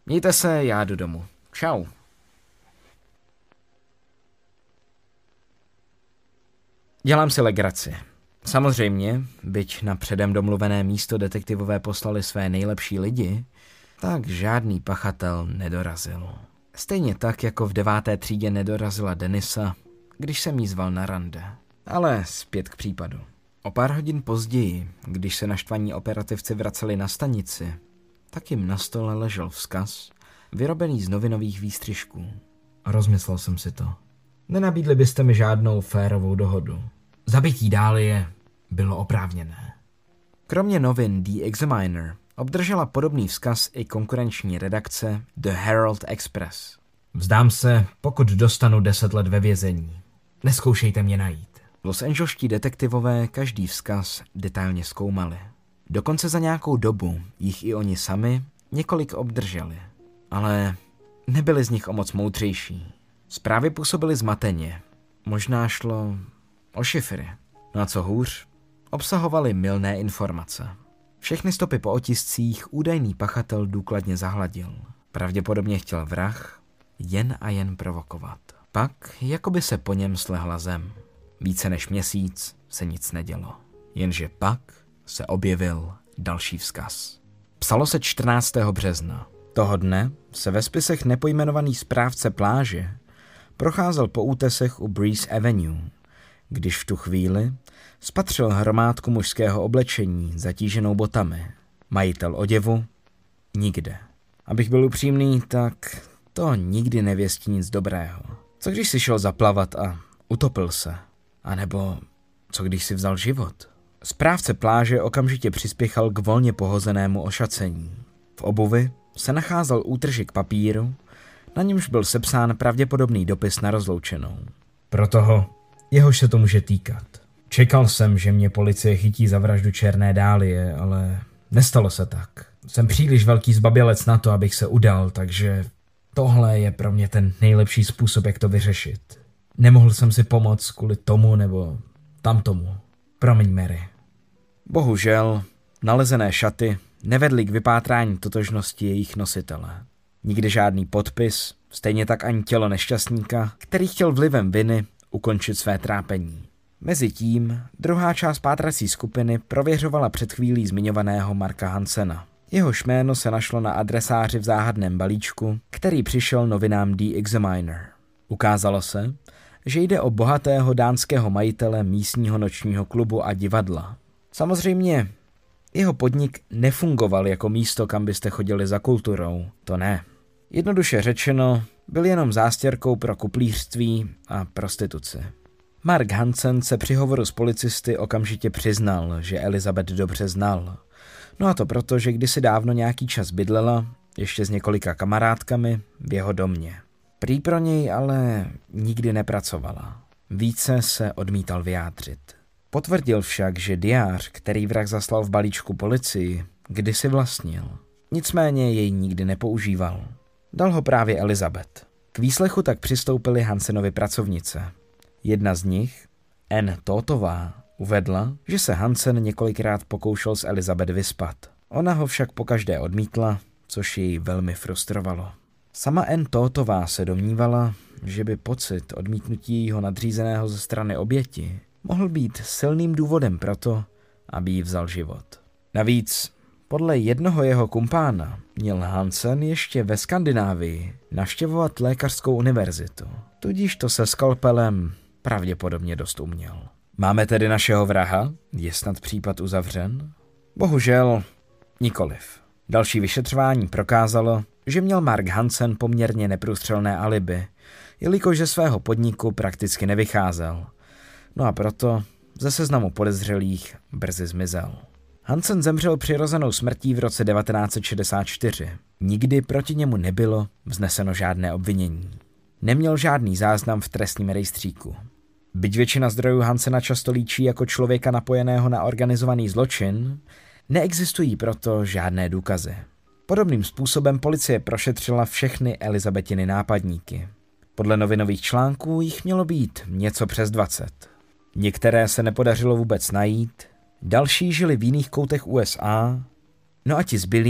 Mějte se, já jdu domů. Čau. Dělám si legraci. Samozřejmě, byť na předem domluvené místo detektivové poslali své nejlepší lidi, tak žádný pachatel nedorazil. Stejně tak, jako v deváté třídě nedorazila Denisa, když jsem jí zval na rande. Ale zpět k případu. O pár hodin později, když se naštvaní operativci vraceli na stanici, tak jim na stole ležel vzkaz, vyrobený z novinových výstřižků. Rozmyslel jsem si to. Nenabídli byste mi žádnou férovou dohodu. Zabití Dálie bylo oprávněné. Kromě novin The Examiner obdržela podobný vzkaz i konkurenční redakce The Herald Express. Vzdám se, pokud dostanu deset let ve vězení. Neskoušejte mě najít. Los Angelští detektivové každý vzkaz detailně zkoumali. Dokonce za nějakou dobu jich i oni sami několik obdrželi. Ale nebyli z nich o moc moudřejší. Zprávy působily zmateně. Možná šlo o šifry. No a co hůř, obsahovaly mylné informace. Všechny stopy po otiscích údajný pachatel důkladně zahladil. Pravděpodobně chtěl vrah jen a jen provokovat. Pak jakoby se po něm slehla zem. Více než měsíc se nic nedělo. Jenže pak se objevil další vzkaz. Psalo se čtrnáctého března. Toho dne se ve spisech nepojmenovaný správce pláže procházel po útesech u Breeze Avenue, když v tu chvíli spatřil hromádku mužského oblečení zatíženou botami. Majitel oděvu? Nikde. Abych byl upřímný, tak to nikdy nevěstí nic dobrého. Co když si šel zaplavat a utopil se? A nebo co když si vzal život? Správce pláže okamžitě přispěchal k volně pohozenému ošacení. V obuvi se nacházel útržek papíru, na němž byl sepsán pravděpodobný dopis na rozloučenou. Pro toho, jehož se to může týkat. Čekal jsem, že mě policie chytí za vraždu Černé Dálie, ale nestalo se tak. Jsem příliš velký zbabělec na to, abych se udal, takže tohle je pro mě ten nejlepší způsob, jak to vyřešit. Nemohl jsem si pomoct kvůli tomu nebo tamtomu. Promiň, Mary. Bohužel, nalezené šaty nevedly k vypátrání totožnosti jejich nositele. Nikdy žádný podpis, stejně tak ani tělo nešťastníka, který chtěl vlivem viny ukončit své trápení. Mezitím druhá část pátrací skupiny prověřovala před chvílí zmiňovaného Marka Hansena. Jehož jméno se našlo na adresáři v záhadném balíčku, který přišel novinám The Examiner. Ukázalo se, že jde o bohatého dánského majitele místního nočního klubu a divadla. Samozřejmě jeho podnik nefungoval jako místo, kam byste chodili za kulturou, to ne. Jednoduše řečeno, byl jenom zástěrkou pro kuplířství a prostituci. Mark Hansen se při hovoru s policisty okamžitě přiznal, že Elizabeth dobře znal. No a to proto, že kdysi dávno nějaký čas bydlela, ještě s několika kamarádkami, v jeho domě. Prý pro něj ale nikdy nepracovala. Více se odmítal vyjádřit. Potvrdil však, že diář, který vrah zaslal v balíčku policii, kdysi vlastnil. Nicméně jej nikdy nepoužíval. Dal ho právě Elizabeth. K výslechu tak přistoupily Hansenovi pracovnice. Jedna z nich, Ann Totová, uvedla, že se Hansen několikrát pokoušel s Elizabeth vyspat. Ona ho však pokaždé odmítla, což jej velmi frustrovalo. Sama Ann Totová se domnívala, že by pocit odmítnutí jejího nadřízeného ze strany oběti mohl být silným důvodem pro to, aby jí vzal život. Navíc, podle jednoho jeho kumpána, měl Hansen ještě ve Skandinávii navštěvovat lékařskou univerzitu, tudíž to se skalpelem pravděpodobně dost uměl. Máme tedy našeho vraha? Je snad případ uzavřen? Bohužel nikoliv. Další vyšetřování prokázalo, že měl Mark Hansen poměrně neprůstřelné alibi, jelikož ze svého podniku prakticky nevycházel. No a proto ze seznamu podezřelých brzy zmizel. Hansen zemřel přirozenou smrtí v roce devatenáct set šedesát čtyři. Nikdy proti němu nebylo vzneseno žádné obvinění. Neměl žádný záznam v trestním rejstříku. Byť většina zdrojů Hansena často líčí jako člověka napojeného na organizovaný zločin, neexistují proto žádné důkazy. Podobným způsobem policie prošetřila všechny Elizabethiny nápadníky. Podle novinových článků jich mělo být něco přes dvacet. Některé se nepodařilo vůbec najít, další žili v jiných koutech U S A, no a ti zbylí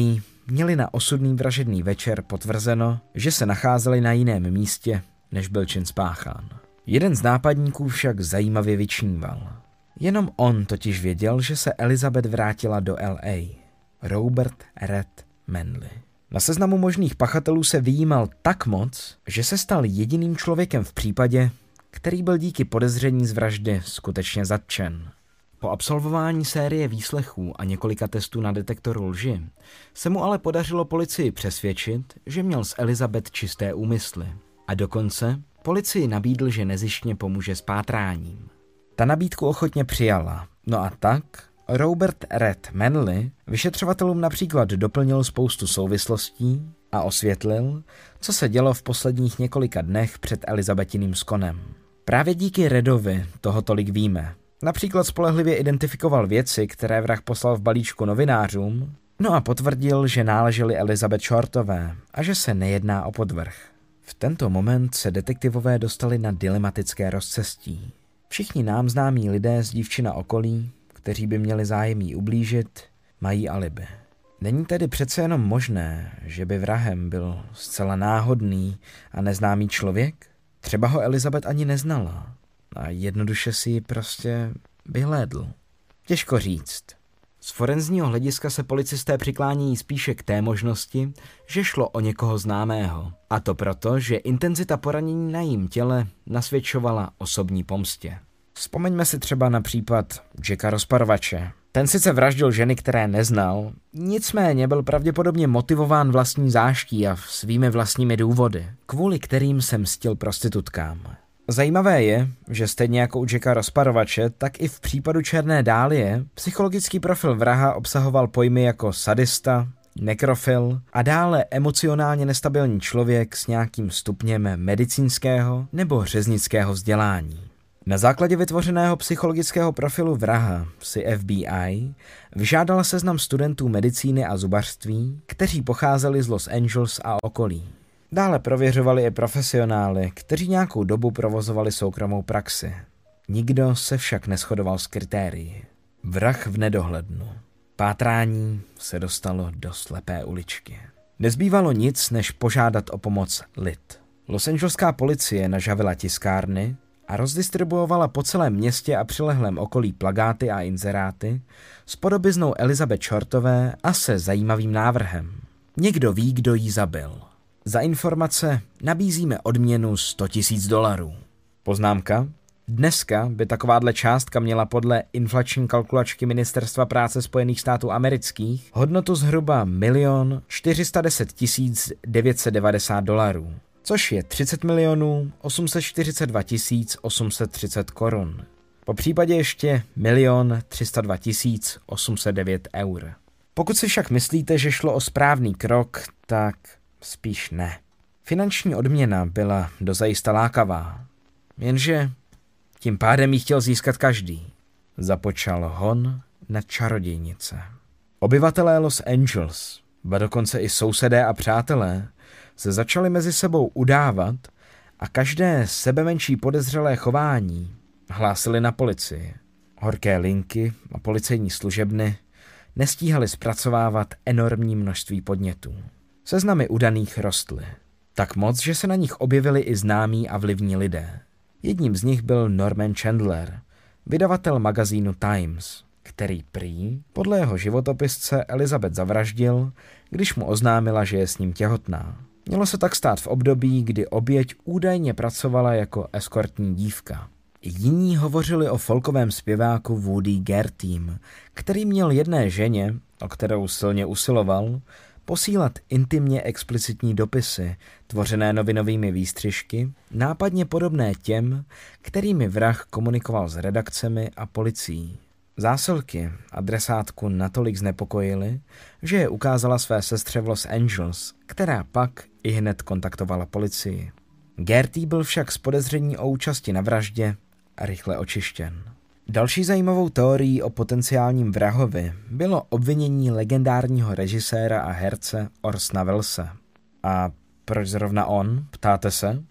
měli na osudný vražedný večer potvrzeno, že se nacházeli na jiném místě, než byl čin spáchán. Jeden z nápadníků však zajímavě vyčníval. Jenom on totiž věděl, že se Elizabeth vrátila do L A. Robert Red Manley. Na seznamu možných pachatelů se vyjímal tak moc, že se stal jediným člověkem v případě, který byl díky podezření z vraždy skutečně zatčen. Po absolvování série výslechů a několika testů na detektoru lži se mu ale podařilo policii přesvědčit, že měl s Elizabeth čisté úmysly. A dokonce policii nabídl, že nezištně pomůže s pátráním. Ta nabídku ochotně přijala. No a tak Robert Red Manley vyšetřovatelům například doplnil spoustu souvislostí a osvětlil, co se dělo v posledních několika dnech před Elizabethiným skonem. Právě díky Redovi toho tolik víme. Například spolehlivě identifikoval věci, které vrah poslal v balíčku novinářům, no a potvrdil, že náležely Elizabeth Shortové a že se nejedná o podvrh. V tento moment se detektivové dostali na dilematické rozcestí. Všichni nám známí lidé z dívčina okolí, kteří by měli zájem jí ublížit, mají alibi. Není tedy přece jenom možné, že by vrahem byl zcela náhodný a neznámý člověk? Třeba ho Elizabeth ani neznala a jednoduše si ji prostě vyhlédl. Těžko říct. Z forenzního hlediska se policisté přiklánějí spíše k té možnosti, že šlo o někoho známého. A to proto, že intenzita poranění na jím těle nasvědčovala osobní pomstě. Vzpomeňme si třeba na případ Jacka Rozparovače. Ten sice vraždil ženy, které neznal, nicméně byl pravděpodobně motivován vlastní záští a svými vlastními důvody, kvůli kterým se mstil prostitutkám. Zajímavé je, že stejně jako u Jacka Rozparovače, tak i v případu Černé dálie psychologický profil vraha obsahoval pojmy jako sadista, nekrofil a dále emocionálně nestabilní člověk s nějakým stupněm medicínského nebo řeznického vzdělání. Na základě vytvořeného psychologického profilu vraha si F B I vyžádala seznam studentů medicíny a zubařství, kteří pocházeli z Los Angeles a okolí. Dále prověřovali i profesionály, kteří nějakou dobu provozovali soukromou praxi. Nikdo se však neshodoval s kritérii. Vrah v nedohlednu. Pátrání se dostalo do slepé uličky. Nezbývalo nic, než požádat o pomoc lid. Losangeleská policie nažavila tiskárny a rozdistribuovala po celém městě a přilehlém okolí plakáty a inzeráty s podobiznou Elizabeth Shortové a se zajímavým návrhem. Někdo ví, kdo jí zabil. Za informace nabízíme odměnu sto tisíc dolarů. Poznámka. Dneska by takováhle částka měla podle inflační kalkulačky Ministerstva práce Spojených států amerických hodnotu zhruba milion čtyři sta deset tisíc devět set devadesát dolarů, což je třicet milionů osm set čtyřicet dva tisíc osm set třicet korun. Po případě ještě milion tři sta dva tisíc osm set devět eur. Pokud si však myslíte, že šlo o správný krok, tak spíš ne. Finanční odměna byla dozajista lákavá, jenže tím pádem ji chtěl získat každý. Započal hon na čarodějnice. Obyvatelé Los Angeles, ba dokonce i sousedé a přátelé, se začali mezi sebou udávat a každé sebemenší podezřelé chování hlásili na policii. Horké linky a policejní služebny nestíhaly zpracovávat enormní množství podnětů. Seznamy udaných rostly. Tak moc, že se na nich objevili i známí a vlivní lidé. Jedním z nich byl Norman Chandler, vydavatel magazínu Times, který prý podle jeho životopisce Elizabeth zavraždil, když mu oznámila, že je s ním těhotná. Mělo se tak stát v období, kdy oběť údajně pracovala jako eskortní dívka. Jiní hovořili o folkovém zpěváku Woody Guthrie, který měl jedné ženě, o kterou silně usiloval, posílat intimně explicitní dopisy, tvořené novinovými výstřižky, nápadně podobné těm, kterými vrah komunikoval s redakcemi a policií. Zásilky adresátku natolik znepokojily, že je ukázala své sestře v Los Angeles, která pak i hned kontaktovala policii. Guthrie byl však z podezření o účasti na vraždě rychle očištěn. Další zajímavou teorií o potenciálním vrahovi bylo obvinění legendárního režiséra a herce Orsona Wellese. A proč zrovna on, ptáte se?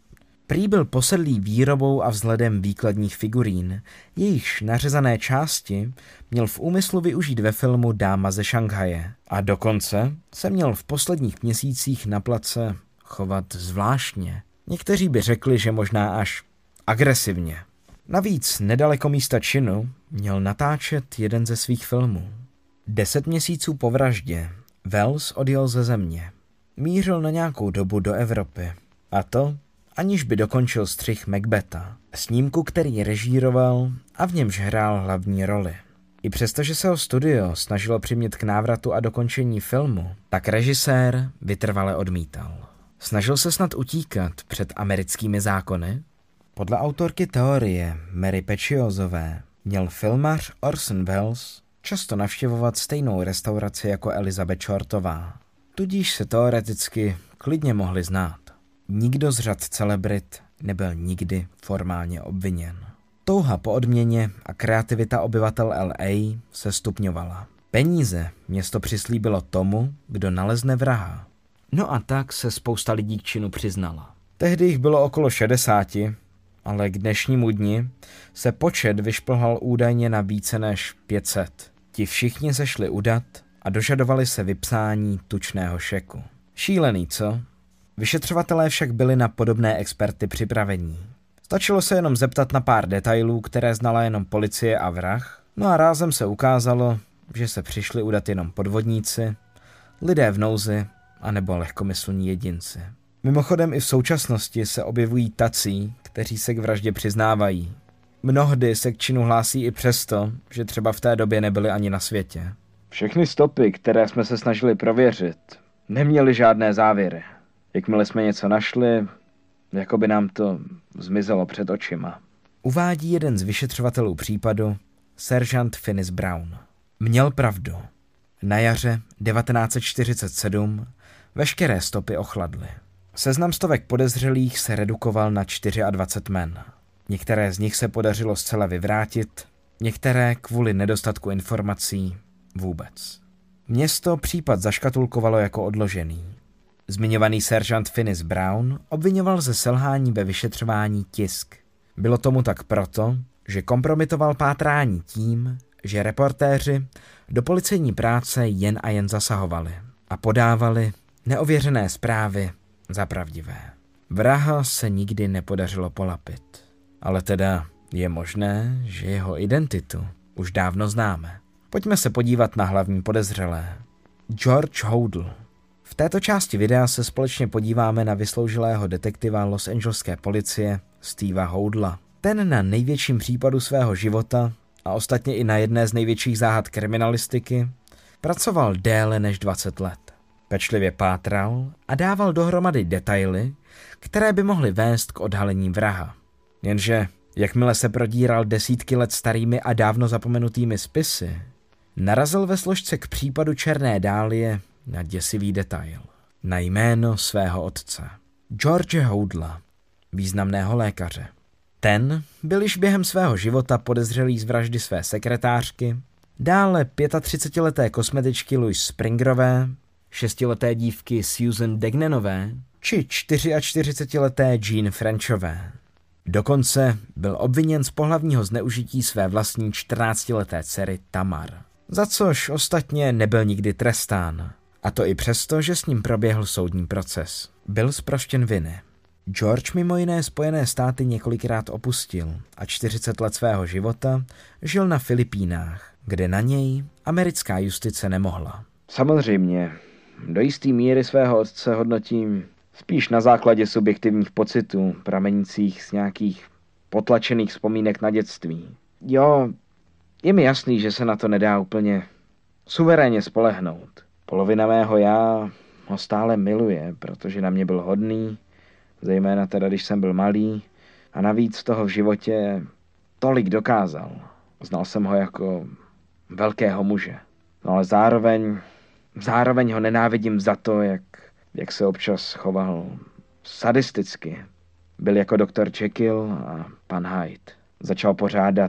Prý byl posedlý výrobou a vzhledem výkladních figurín, jejichž nařezané části měl v úmyslu využít ve filmu Dáma ze Šanghaje a dokonce se měl v posledních měsících na place chovat zvláštně. Někteří by řekli, že možná až agresivně. Navíc nedaleko místa činu měl natáčet jeden ze svých filmů. Deset měsíců po vraždě Welles odjel ze země. Mířil na nějakou dobu do Evropy. A to, aniž by dokončil střih Macbetha, snímku, který režíroval a v němž hrál hlavní roli. I přestože se ho studio snažilo přimět k návratu a dokončení filmu, tak režisér vytrvale odmítal. Snažil se snad utíkat před americkými zákony? Podle autorky teorie Mary Pecciosové měl filmař Orson Welles často navštěvovat stejnou restauraci jako Elizabeth Shortová. Tudíž se teoreticky klidně mohli znát. Nikdo z řad celebrit nebyl nikdy formálně obviněn. Touha po odměně a kreativita obyvatel L A se stupňovala. Peníze město přislíbilo tomu, kdo nalezne vraha. No a tak se spousta lidí k činu přiznala. Tehdy jich bylo okolo šedesáti, ale k dnešnímu dni se počet vyšplhal údajně na více než pět set. Ti všichni se šli udat a dožadovali se vypsání tučného šeku. Šílený, co? Vyšetřovatelé však byli na podobné experty připravení. Stačilo se jenom zeptat na pár detailů, které znala jenom policie a vrah, no a rázem se ukázalo, že se přišli udat jenom podvodníci, lidé v nouzi anebo lehkomyslní jedinci. Mimochodem i v současnosti se objevují tací, kteří se k vraždě přiznávají. Mnohdy se k činu hlásí i přesto, že třeba v té době nebyli ani na světě. Všechny stopy, které jsme se snažili prověřit, neměly žádné závěry. Jakmile jsme něco našli, jako by nám to zmizelo před očima. Uvádí jeden z vyšetřovatelů případu, seržant Finis Brown. Měl pravdu. Na jaře devatenáct set čtyřicet sedm veškeré stopy ochladly. Seznam stovek podezřelých se redukoval na dvacet čtyři men. Některé z nich se podařilo zcela vyvrátit, některé kvůli nedostatku informací vůbec. Město případ zaškatulkovalo jako odložený. Zmiňovaný seržant Finis Brown obvinoval ze selhání ve vyšetřování tisk. Bylo tomu tak proto, že kompromitoval pátrání tím, že reportéři do policejní práce jen a jen zasahovali a podávali neověřené zprávy za pravdivé. Vraha se nikdy nepodařilo polapit, ale teda je možné, že jeho identitu už dávno známe. Pojďme se podívat na hlavní podezřelé. George Hodel. V této části videa se společně podíváme na vysloužilého detektiva Los Angeleské policie Steva Hodela. Ten na největším případu svého života a ostatně i na jedné z největších záhad kriminalistiky pracoval déle než dvacet let. Pečlivě pátral a dával dohromady detaily, které by mohly vést k odhalení vraha. Jenže jakmile se prodíral desítky let starými a dávno zapomenutými spisy, narazil ve složce k případu Černé dálie na děsivý detail. Na jméno svého otce. George Hodela, významného lékaře. Ten byl již během svého života podezřelý z vraždy své sekretářky, dále třicetipětileté kosmetičky Louise Springerové, šestileté dívky Susan Degnanové či čtyřiačtyřicetileté Jean Frenchové. Dokonce byl obviněn z pohlavního zneužití své vlastní čtrnáctileté dcery Tamar, za což ostatně nebyl nikdy trestán, a to i přesto, že s ním proběhl soudní proces. Byl zproštěn viny. George mimo jiné Spojené státy několikrát opustil a čtyřicet let svého života žil na Filipínách, kde na něj americká justice nemohla. Samozřejmě, do jistý míry svého otce hodnotím spíš na základě subjektivních pocitů, pramenících z nějakých potlačených vzpomínek na dětství. Jo, je mi jasný, že se na to nedá úplně suverénně spolehnout. Polovina mého já ho stále miluje, protože na mě byl hodný, zejména teda, když jsem byl malý, a navíc toho v životě tolik dokázal. Znal jsem ho jako velkého muže. No ale zároveň, zároveň ho nenávidím za to, jak, jak se občas choval sadisticky. Byl jako doktor Jekyll a pan Hyde. Začal pořádat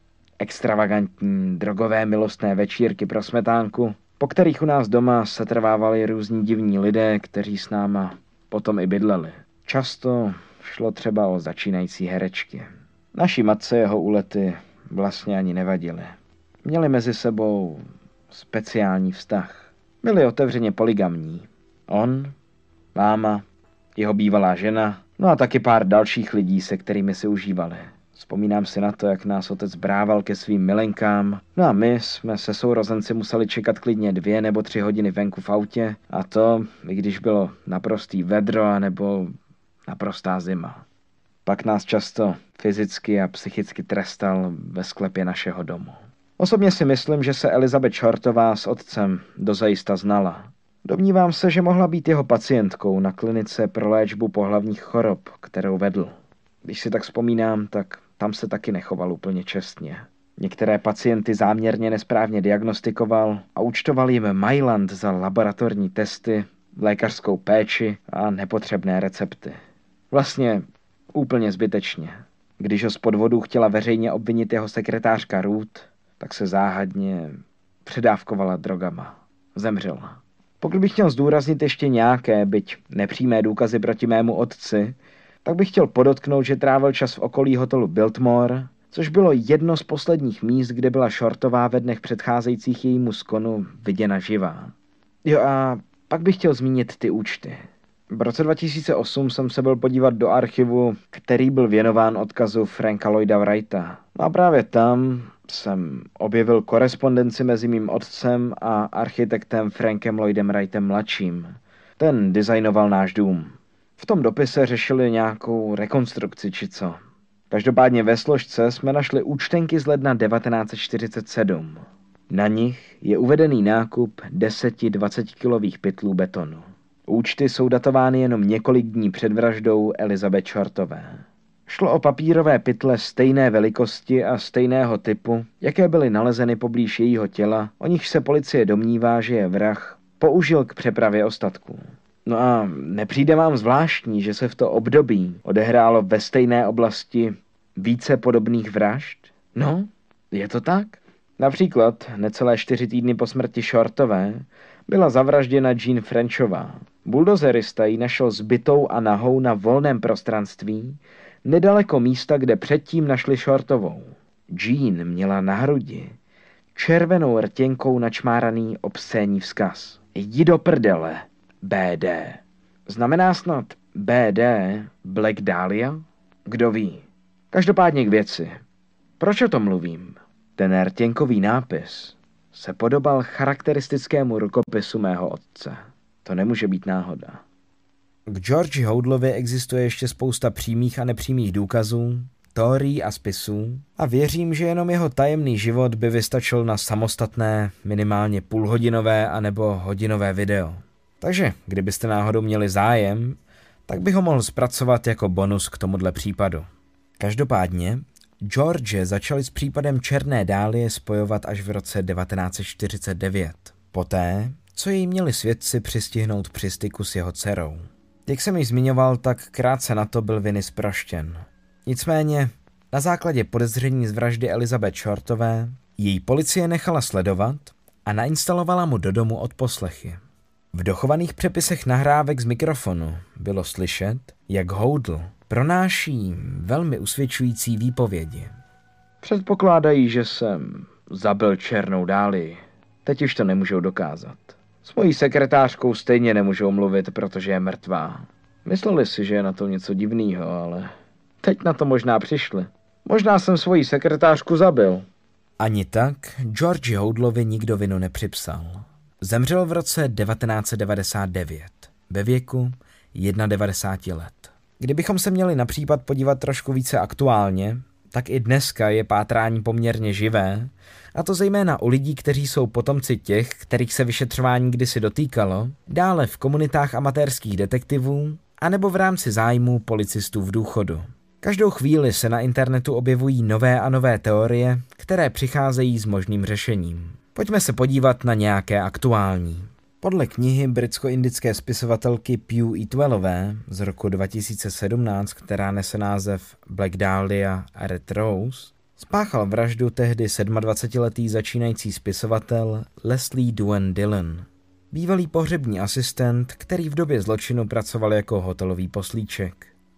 extravagantní drogové milostné večírky pro smetánku, po kterých u nás doma setrvávali různí divní lidé, kteří s náma potom i bydleli. Často šlo třeba o začínající herečky. Naší matce jeho úlety vlastně ani nevadily. Měli mezi sebou speciální vztah. Byli otevřeně polygamní. On, máma, jeho bývalá žena, no a taky pár dalších lidí, se kterými si užívali. Vzpomínám si na to, jak nás otec brával ke svým milenkám, no a my jsme se sourozenci museli čekat klidně dvě nebo tři hodiny venku v autě, a to, i když bylo naprostý vedro nebo naprostá zima. Pak nás často fyzicky a psychicky trestal ve sklepě našeho domu. Osobně si myslím, že se Elizabeth Shortová s otcem dozajista znala. Domnívám se, že mohla být jeho pacientkou na klinice pro léčbu pohlavních chorob, kterou vedl. Když si tak vzpomínám, tak tam se taky nechoval úplně čestně. Některé pacienty záměrně nesprávně diagnostikoval a účtoval jim Mailand za laboratorní testy, lékařskou péči a nepotřebné recepty. Vlastně úplně zbytečně. Když ho z podvodu chtěla veřejně obvinit jeho sekretářka Ruth, tak se záhadně předávkovala drogama. Zemřela. Pokud bych chtěl zdůraznit ještě nějaké, byť nepřímé důkazy proti mému otci, tak bych chtěl podotknout, že trávil čas v okolí hotelu Biltmore, což bylo jedno z posledních míst, kde byla Shortová ve dnech předcházejících jejímu skonu viděna živá. Jo a pak bych chtěl zmínit ty účty. V roce dva tisíce osm jsem se byl podívat do archivu, který byl věnován odkazu Franka Lloyda Wrighta. No a právě tam jsem objevil korespondenci mezi mým otcem a architektem Frankem Lloydem Wrightem mladším. Ten designoval náš dům. V tom dopise řešili nějakou rekonstrukci či co. Každopádně ve složce jsme našli účtenky z ledna devatenáct set čtyřicet sedm. Na nich je uvedený nákup deset dvacetikilových pytlů betonu. Účty jsou datovány jenom několik dní před vraždou Elizabeth Shortové. Šlo o papírové pytle stejné velikosti a stejného typu, jaké byly nalezeny poblíž jejího těla, o nich se policie domnívá, že je vrah použil k přepravě ostatků. No a nepřijde vám zvláštní, že se v to období odehrálo ve stejné oblasti více podobných vražd? No, je to tak. Například necelé čtyři týdny po smrti Shortové byla zavražděna Jean Frenchová. Buldozerista ji našel zbitou a nahou na volném prostranství, nedaleko místa, kde předtím našli Shortovou. Jean měla na hrudi červenou rtěnkou načmáraný obscénní vzkaz. Jdi do prdele, bé dé. Znamená snad bé dé Black Dahlia? Kdo ví. Každopádně k věci. Proč o tom mluvím? Ten rtěnkový nápis se podobal charakteristickému rukopisu mého otce. To nemůže být náhoda. K Georgi Houdlovi existuje ještě spousta přímých a nepřímých důkazů, teorií a spisů a věřím, že jenom jeho tajemný život by vystačil na samostatné, minimálně půlhodinové anebo hodinové video. Takže, kdybyste náhodou měli zájem, tak bych ho mohl zpracovat jako bonus k tomuhle případu. Každopádně, George začali s případem Černé dálie spojovat až v roce devatenáct set čtyřicet devět. Poté, co jej měli svědci přistihnout při styku s jeho dcerou. Jak jsem již zmiňoval, tak krátce na to byl viny zproštěn. Nicméně, na základě podezření z vraždy Elizabeth Shortové, její policie nechala sledovat a nainstalovala mu do domu odposlechy. V dochovaných přepisech nahrávek z mikrofonu bylo slyšet, jak Houdl pronáší velmi usvědčující výpovědi. Předpokládají, že jsem zabil Černou dálii. Teď už to nemůžou dokázat. S mojí sekretářkou stejně nemůžou mluvit, protože je mrtvá. Mysleli si, že je na to něco divného, ale teď na to možná přišli. Možná jsem svoji sekretářku zabil. Ani tak Georgi Houdlovi nikdo vinu nepřipsal. Zemřel v roce devatenáct set devadesát devět, ve věku devadesát jedna let. Kdybychom se měli na případ podívat trošku více aktuálně, tak i dneska je pátrání poměrně živé, a to zejména u lidí, kteří jsou potomci těch, kterých se vyšetřování kdysi dotýkalo, dále v komunitách amatérských detektivů, anebo v rámci zájmu policistů v důchodu. Každou chvíli se na internetu objevují nové a nové teorie, které přicházejí s možným řešením. Pojďme se podívat na nějaké aktuální. Podle knihy britsko-indické spisovatelky Pugh Eatwellové z roku dva tisíce sedmnáct, která nese název Black Dahlia a Red Rose, spáchal vraždu tehdy sedmadvacetiletý začínající spisovatel Leslie Duane Dillon, bývalý pohřební asistent, který v době zločinu pracoval jako hotelový poslíček.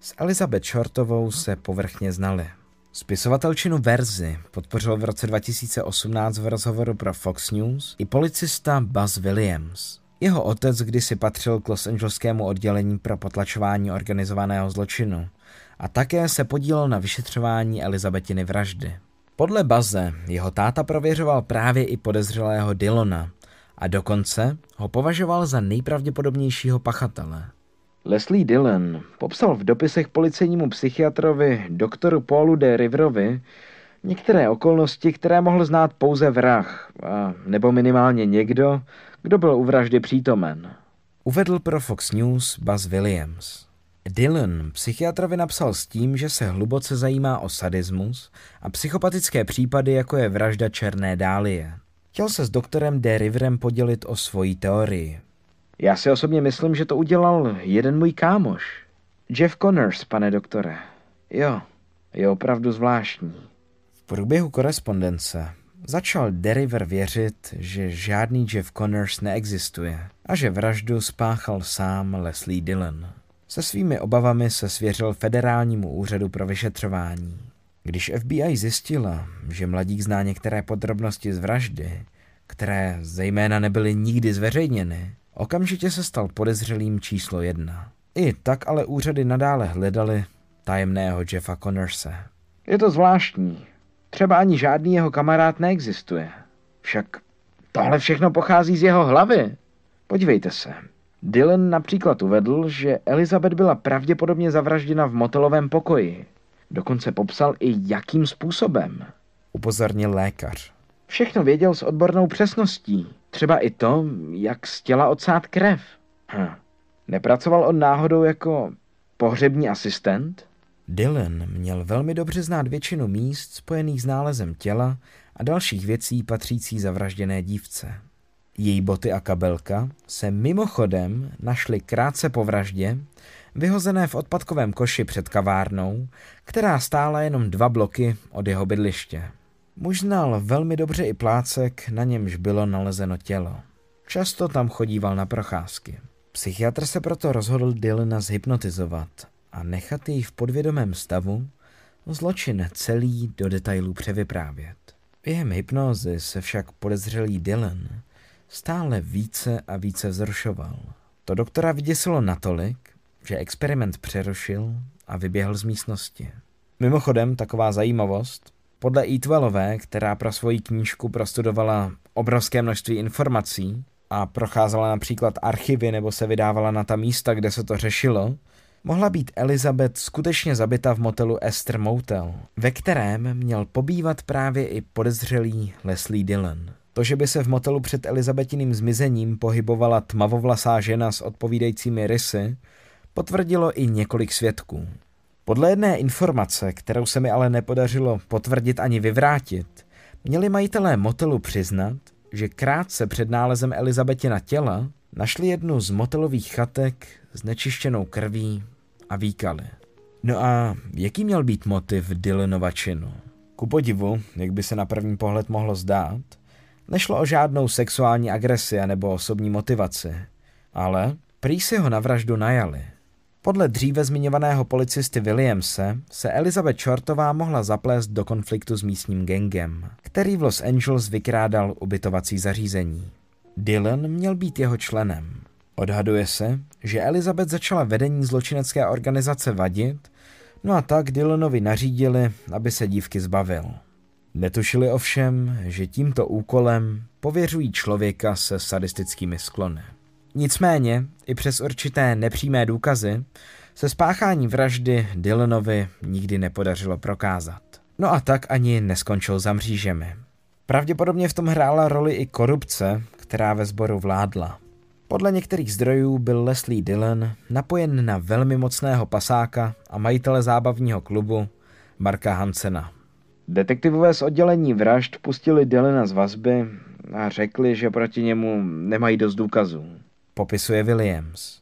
S Elizabeth Shortovou se povrchně znali. Spisovatel činu Verzi podpořil v roce dva tisíce osmnáct v rozhovoru pro Fox News i policista Buzz Williams. Jeho otec kdysi patřil k Los Angeleskému oddělení pro potlačování organizovaného zločinu a také se podílel na vyšetřování Elizabethiny vraždy. Podle Buzze jeho táta prověřoval právě i podezřelého Dylana a dokonce ho považoval za nejpravděpodobnějšího pachatele. Leslie Dillon popsal v dopisech policejnímu psychiatrovi doktoru Paulu de Riverovi některé okolnosti, které mohl znát pouze vrah, a nebo minimálně někdo, kdo byl u vraždy přítomen. Uvedl pro Fox News Buzz Williams. Dillon psychiatrovi napsal s tím, že se hluboce zajímá o sadismus a psychopatické případy, jako je vražda Černé dálie. Chtěl se s doktorem de Riverem podělit o svoji teorii. Já si osobně myslím, že to udělal jeden můj kámoš. Jeff Connors, pane doktore. Jo, je opravdu zvláštní. V průběhu korespondence začal de River věřit, že žádný Jeff Connors neexistuje a že vraždu spáchal sám Leslie Dillon. Se svými obavami se svěřil Federálnímu úřadu pro vyšetřování. Když F B I zjistila, že mladík zná některé podrobnosti z vraždy, které zejména nebyly nikdy zveřejněny, okamžitě se stal podezřelým číslo jedna. I tak ale úřady nadále hledali tajemného Jeffa Connorse. Je to zvláštní. Třeba ani žádný jeho kamarád neexistuje. Však tohle všechno pochází z jeho hlavy. Podívejte se. Dillon například uvedl, že Elizabeth byla pravděpodobně zavražděna v motelovém pokoji. Dokonce popsal i jakým způsobem. Upozornil lékař. Všechno věděl s odbornou přesností. Třeba i to, jak z těla odsát krev. Hm. Nepracoval on náhodou jako pohřební asistent? Dillon měl velmi dobře znát většinu míst spojených s nálezem těla a dalších věcí patřící zavražděné dívce. Její boty a kabelka se mimochodem našly krátce po vraždě, vyhozené v odpadkovém koši před kavárnou, která stála jenom dva bloky od jeho bydliště. Muž znal velmi dobře i plácek, na němž bylo nalezeno tělo. Často tam chodíval na procházky. Psychiatr se proto rozhodl Dylana zhypnotizovat a nechat jej v podvědomém stavu zločin celý do detailů převyprávět. Během hypnózy se však podezřelý Dylan stále více a více vzrušoval. To doktora vyděsilo natolik, že experiment přerušil a vyběhl z místnosti. Mimochodem, taková zajímavost, podle Eatwellové, která pro svoji knížku prostudovala obrovské množství informací a procházela například archivy nebo se vydávala na ta místa, kde se to řešilo, mohla být Elizabeth skutečně zabita v motelu Esther Motel, ve kterém měl pobývat právě i podezřelý Leslie Dillon. To, že by se v motelu před Elizabethiným zmizením pohybovala tmavovlasá žena s odpovídajícími rysy, potvrdilo i několik svědků. Podle jedné informace, kterou se mi ale nepodařilo potvrdit ani vyvrátit, měli majitelé motelu přiznat, že krátce před nálezem Elizabethina těla našli jednu z motelových chatek s nečištěnou krví a výkaly. No a jaký měl být motiv Dyllanova činu? Ku podivu, jak by se na první pohled mohlo zdát, nešlo o žádnou sexuální agresi nebo osobní motivaci, ale prý si ho na vraždu najali. Podle dříve zmiňovaného policisty Williamse se Elizabeth Shortová mohla zaplést do konfliktu s místním gangem, který v Los Angeles vykrádal ubytovací zařízení. Dillon měl být jeho členem. Odhaduje se, že Elizabeth začala vedení zločinecké organizace vadit, no a tak Dylanovi nařídili, aby se dívky zbavil. Netušili ovšem, že tímto úkolem pověřují člověka se sadistickými sklony. Nicméně, i přes určité nepřímé důkazy, se spáchání vraždy Dylanovi nikdy nepodařilo prokázat. No a tak ani neskončil za mřížemi. Pravděpodobně v tom hrála roli i korupce, která ve sboru vládla. Podle některých zdrojů byl Leslie Dillon napojen na velmi mocného pasáka a majitele zábavního klubu Marka Hansena. Detektivové z oddělení vražd pustili Dylana z vazby a řekli, že proti němu nemají dost důkazů. Popisuje Williams.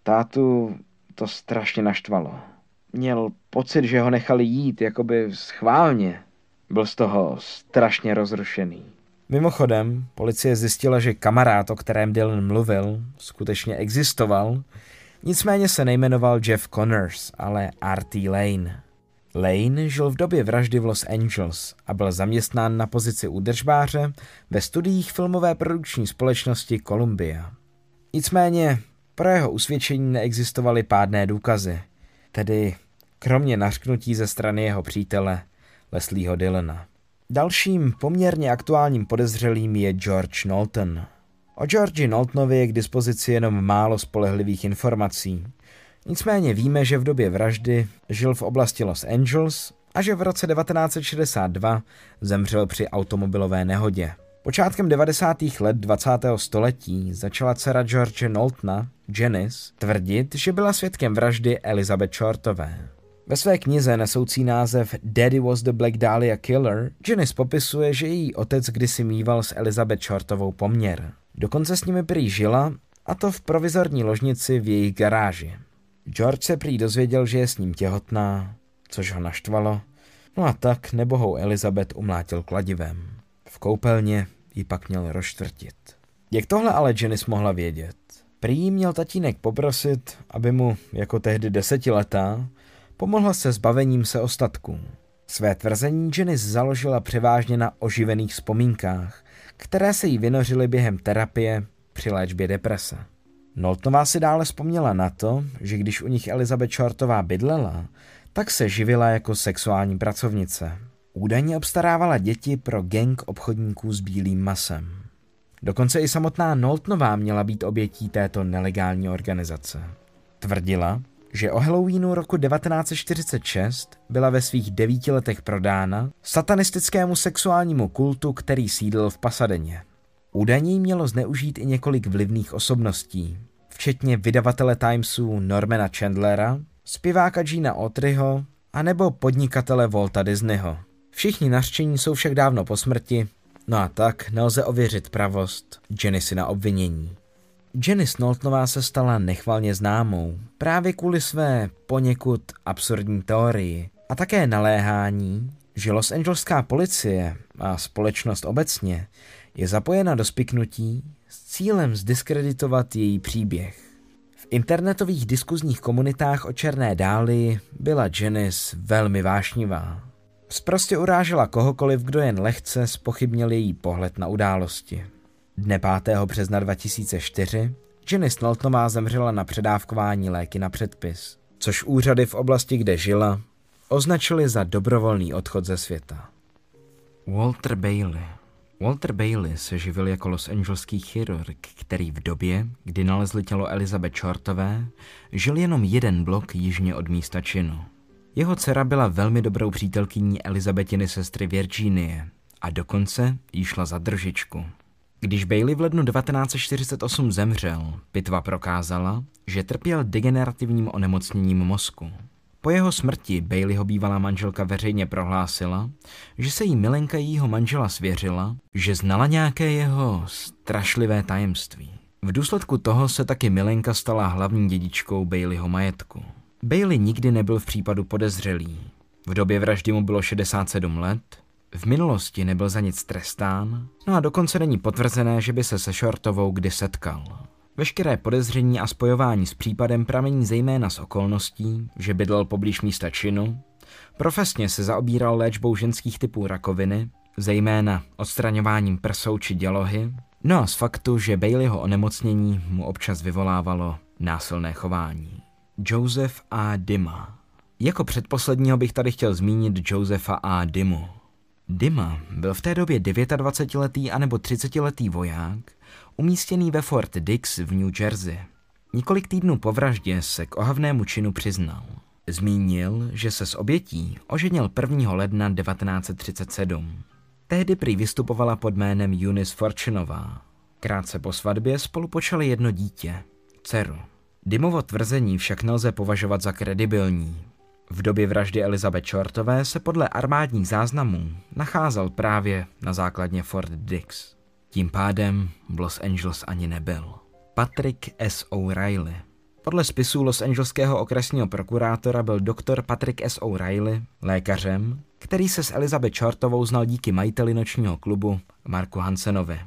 Tátu to strašně naštvalo. Měl pocit, že ho nechali jít, jakoby schválně. Byl z toho strašně rozrušený. Mimochodem, policie zjistila, že kamarád, o kterém Dillon mluvil, skutečně existoval, Nicméně se nejmenoval Jeff Connors, ale R T Lane. Lane žil v době vraždy v Los Angeles a byl zaměstnán na pozici údržbáře ve studiích filmové produkční společnosti Columbia. Nicméně pro jeho usvědčení neexistovaly pádné důkazy, tedy kromě nařknutí ze strany jeho přítele Leslieho Dillona. Dalším poměrně aktuálním podezřelým je George Knowlton. O Georgi Knowltonovi je k dispozici jenom málo spolehlivých informací. Nicméně víme, že v době vraždy žil v oblasti Los Angeles a že v roce devatenáct set šedesát dva zemřel při automobilové nehodě. Počátkem devadesátých let dvacátého století začala dcera George Knowltona, Janice, tvrdit, že byla svědkem vraždy Elizabeth Shortové. Ve své knize nesoucí název Daddy was the Black Dahlia Killer Janice popisuje, že její otec kdysi mýval s Elizabeth Shortovou poměr. Dokonce s nimi prý žila, a to v provizorní ložnici v jejich garáži. George se prý dozvěděl, že je s ním těhotná, což ho naštvalo, no a tak nebohou Elizabeth umlátil kladivem. V koupelně ji pak měl rozčtvrtit. Jak tohle ale Janice mohla vědět? Prý měl tatínek poprosit, aby mu, jako tehdy desetiletá, pomohla se zbavením se ostatků. Své tvrzení Janice založila převážně na oživených vzpomínkách, které se jí vynořily během terapie při léčbě deprese. Knowltonová si dále vzpomněla na to, že když u nich Elizabeth Shortová bydlela, tak se živila jako sexuální pracovnice. Údajně obstarávala děti pro gang obchodníků s bílým masem. Dokonce i samotná Knowltonová měla být obětí této nelegální organizace. Tvrdila, že o Halloweenu roku devatenáct set čtyřicet šest byla ve svých devíti letech prodána satanistickému sexuálnímu kultu, který sídlil v Pasadeně. Údajně jí mělo zneužít i několik vlivných osobností, včetně vydavatele Timesu Normana Chandlera, zpěváka Gina Autryho a nebo podnikatele Walta Disneyho. Všichni nařčení jsou však dávno po smrti, no a tak nelze ověřit pravost Janice na obvinění. Janice Knowltonová se stala nechvalně známou právě kvůli své poněkud absurdní teorii a také naléhání, že Los Angeleská policie a společnost obecně je zapojena do spiknutí s cílem zdiskreditovat její příběh. V internetových diskuzních komunitách o Černé Dálii byla Janice velmi vášnivá. Sprostě urážela kohokoliv, kdo jen lehce zpochybnil její pohled na události. Dne pátého března dva tisíce čtyři Janice Knowltonová zemřela na předávkování léky na předpis, což úřady v oblasti, kde žila, označili za dobrovolný odchod ze světa. Walter Bailey. Walter Bailey se živil jako losangelský chirurg, který v době, kdy nalezli tělo Elizabeth Shortové, žil jenom jeden blok jižně od místa činu. Jeho dcera byla velmi dobrou přítelkyní Elizabethiny sestry Virginie a dokonce jí šla za držičku. Když Bailey v lednu devatenáct set čtyřicet osm zemřel, pitva prokázala, že trpěl degenerativním onemocněním mozku. Po jeho smrti Baileyho bývalá manželka veřejně prohlásila, že se jí milenka jejího manžela svěřila, že znala nějaké jeho strašlivé tajemství. V důsledku toho se taky milenka stala hlavní dědičkou Baileyho majetku. Bailey nikdy nebyl v případu podezřelý. V době vraždy mu bylo šedesát sedm let, v minulosti nebyl za nic trestán, no a dokonce není potvrzené, že by se se Shortovou kdy setkal. Veškeré podezření a spojování s případem pramení zejména z okolností, že bydlel poblíž místa činu, profesně se zaobíral léčbou ženských typů rakoviny, zejména odstraňováním prsou či dělohy, no a z faktu, že Baileyho onemocnění mu občas vyvolávalo násilné chování. Joseph A. Dima. Jako předposledního bych tady chtěl zmínit Josepha A. Dimu. Dima byl v té době dvacetidevítiletý anebo třicetiletý voják, umístěný ve Fort Dix v New Jersey. Několik týdnů po vraždě se k ohavnému činu přiznal. Zmínil, že se s obětí oženil prvního ledna devatenáct set třicet sedm. Tehdy prý vystupovala pod jménem Eunice Fortunová. Krátce po svatbě spolu počali jedno dítě, dceru. Dimovo tvrzení však nelze považovat za kredibilní. V době vraždy Elizabeth Shortové se podle armádních záznamů nacházel právě na základně Fort Dix. Tím pádem v Los Angeles ani nebyl. Patrick S. O'Reilly. Podle spisů Los Angeleského okresního prokurátora byl doktor Patrick S. O'Reilly lékařem, který se s Elizabeth Shortovou znal díky majiteli nočního klubu Marku Hansenovi.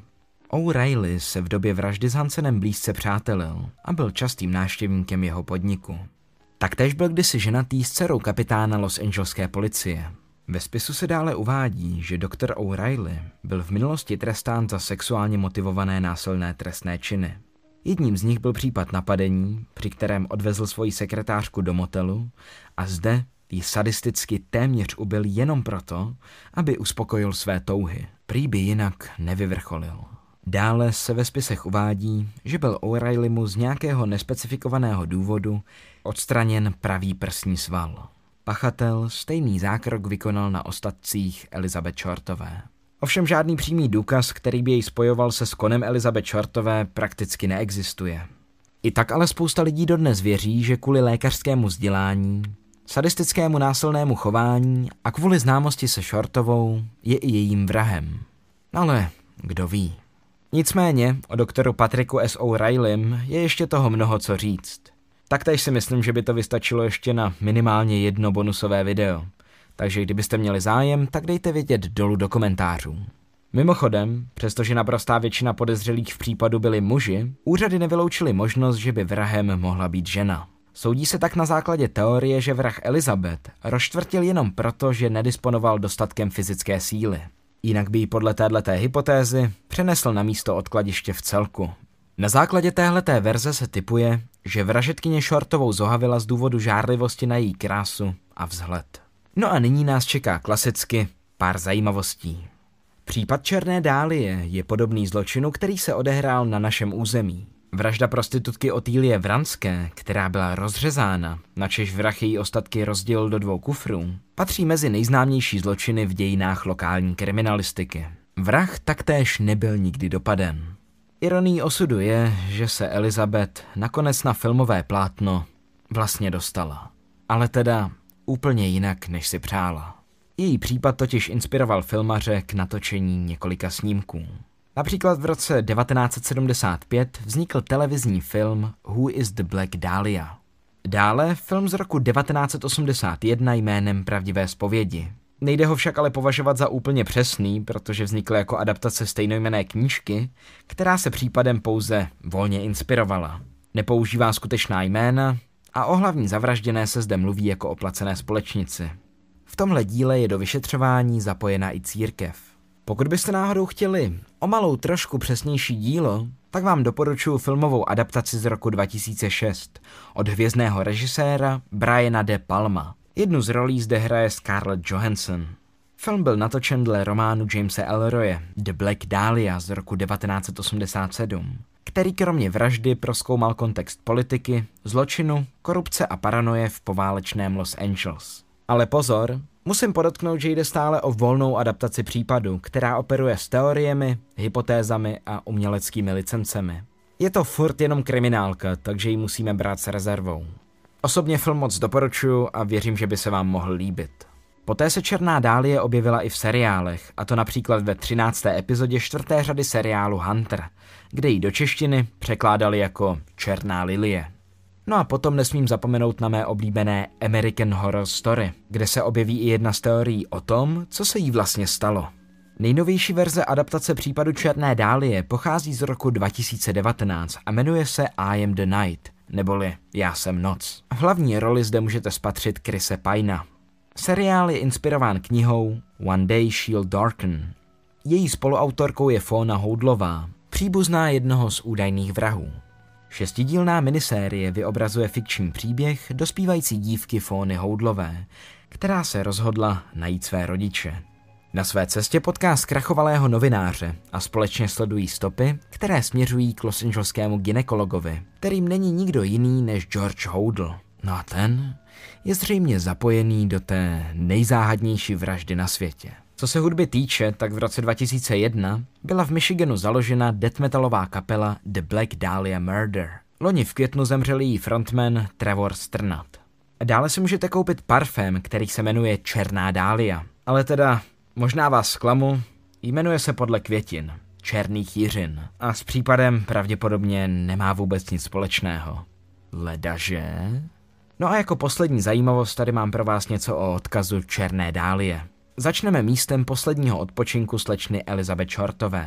O'Reilly se v době vraždy s Hansenem blízce přátelil a byl častým návštěvníkem jeho podniku. Taktéž byl kdysi ženatý s dcerou kapitána Los Angeleské policie. Ve spisu se dále uvádí, že doktor O'Reilly byl v minulosti trestán za sexuálně motivované násilné trestné činy. Jedním z nich byl případ napadení, při kterém odvezl svoji sekretářku do motelu a zde ji sadisticky téměř ubil jenom proto, aby uspokojil své touhy. Prý by jinak nevyvrcholil. Dále se ve spisech uvádí, že byl O'Reillymu z nějakého nespecifikovaného důvodu odstraněn pravý prsní sval. Pachatel stejný zákrok vykonal na ostatcích Elizabeth Shortové. Ovšem žádný přímý důkaz, který by jej spojoval se skonem Elizabeth Shortové, prakticky neexistuje. I tak ale spousta lidí dodnes věří, že kvůli lékařskému vzdělání, sadistickému násilnému chování a kvůli známosti se Shortovou je i jejím vrahem. Ale kdo ví. Nicméně o doktoru Patricku S. O'Reillym je ještě toho mnoho co říct. Taktéž si myslím, že by to vystačilo ještě na minimálně jedno bonusové video. Takže kdybyste měli zájem, tak dejte vědět dolů do komentářů. Mimochodem, přestože naprostá většina podezřelých v případu byli muži, úřady nevyloučily možnost, že by vrahem mohla být žena. Soudí se tak na základě teorie, že vrah Elizabeth rozštvrtil jenom proto, že nedisponoval dostatkem fyzické síly. Jinak by ji podle téhleté hypotézy přenesl na místo odkladiště v celku. Na základě téhleté verze se tipuje, že vražedkyně Shortovou zohavila z důvodu žárlivosti na její krásu a vzhled. No a nyní nás čeká klasicky pár zajímavostí. Případ Černé dálie je podobný zločinu, který se odehrál na našem území. Vražda prostitutky Otýlie Vranské, která byla rozřezána, načež vrah její ostatky rozdělil do dvou kufrů, patří mezi nejznámější zločiny v dějinách lokální kriminalistiky. Vrah taktéž nebyl nikdy dopaden. Ironií osudu je, že se Elizabeth nakonec na filmové plátno vlastně dostala. Ale teda úplně jinak, než si přála. Její případ totiž inspiroval filmaře k natočení několika snímků. Například v roce devatenáct set sedmdesát pět vznikl televizní film Who is the Black Dahlia. Dále film z roku devatenáct set osmdesát jedna jménem Pravdivé zpovědi. Nejde ho však ale považovat za úplně přesný, protože vznikl jako adaptace stejnojmenné knížky, která se případem pouze volně inspirovala. Nepoužívá skutečná jména a o hlavní zavražděné se zde mluví jako o placené společnici. V tomhle díle je do vyšetřování zapojena i církev. Pokud byste náhodou chtěli o malou trošku přesnější dílo, tak vám doporučuji filmovou adaptaci z roku dva tisíce šest od hvězdného režiséra Briana De Palma. Jednu z rolí zde hraje Scarlett Johansson. Film byl natočen dle románu Jamese Ellroye The Black Dahlia z roku devatenáct set osmdesát sedm, který kromě vraždy prozkoumal kontext politiky, zločinu, korupce a paranoje v poválečném Los Angeles. Ale pozor, musím podotknout, že jde stále o volnou adaptaci případu, která operuje s teoriemi, hypotézami a uměleckými licencemi. Je to furt jenom kriminálka, takže ji musíme brát s rezervou. Osobně film moc doporučuji a věřím, že by se vám mohl líbit. Poté se Černá dálie objevila i v seriálech, a to například ve třinácté epizodě čtvrté řady seriálu Hunter, kde ji do češtiny překládali jako Černá lilie. No a potom nesmím zapomenout na mé oblíbené American Horror Story, kde se objeví i jedna z teorií o tom, co se jí vlastně stalo. Nejnovější verze adaptace případu Černé dálie pochází z roku dva tisíce devatenáct a jmenuje se I Am the Night, neboli Já jsem noc. V hlavní roli zde můžete spatřit Chrise Pinea. Seriál je inspirován knihou One Day She'll Darken. Její spoluautorkou je Fona Houdlová, příbuzná jednoho z údajných vrahů. Šestidílná minisérie vyobrazuje fikční příběh dospívající dívky Fony Houdlové, která se rozhodla najít své rodiče. Na své cestě potká zkrachovalého novináře a společně sledují stopy, které směřují k losangeleskému gynekologovi, kterým není nikdo jiný než George Houdl. No a ten je zřejmě zapojený do té nejzáhadnější vraždy na světě. Co se hudby týče, tak v roce dva tisíce jedna byla v Michiganu založena death metalová kapela The Black Dahlia Murder. Loni v květnu zemřel její frontman Trevor Strnad. Dále si můžete koupit parfém, který se jmenuje Černá dália. Ale teda, možná vás zklamu, jmenuje se podle květin, černých jiřin. A s případem pravděpodobně nemá vůbec nic společného. Ledaže? No a jako poslední zajímavost tady mám pro vás něco o odkazu Černé dálie. Začneme místem posledního odpočinku slečny Elizabeth Shortové.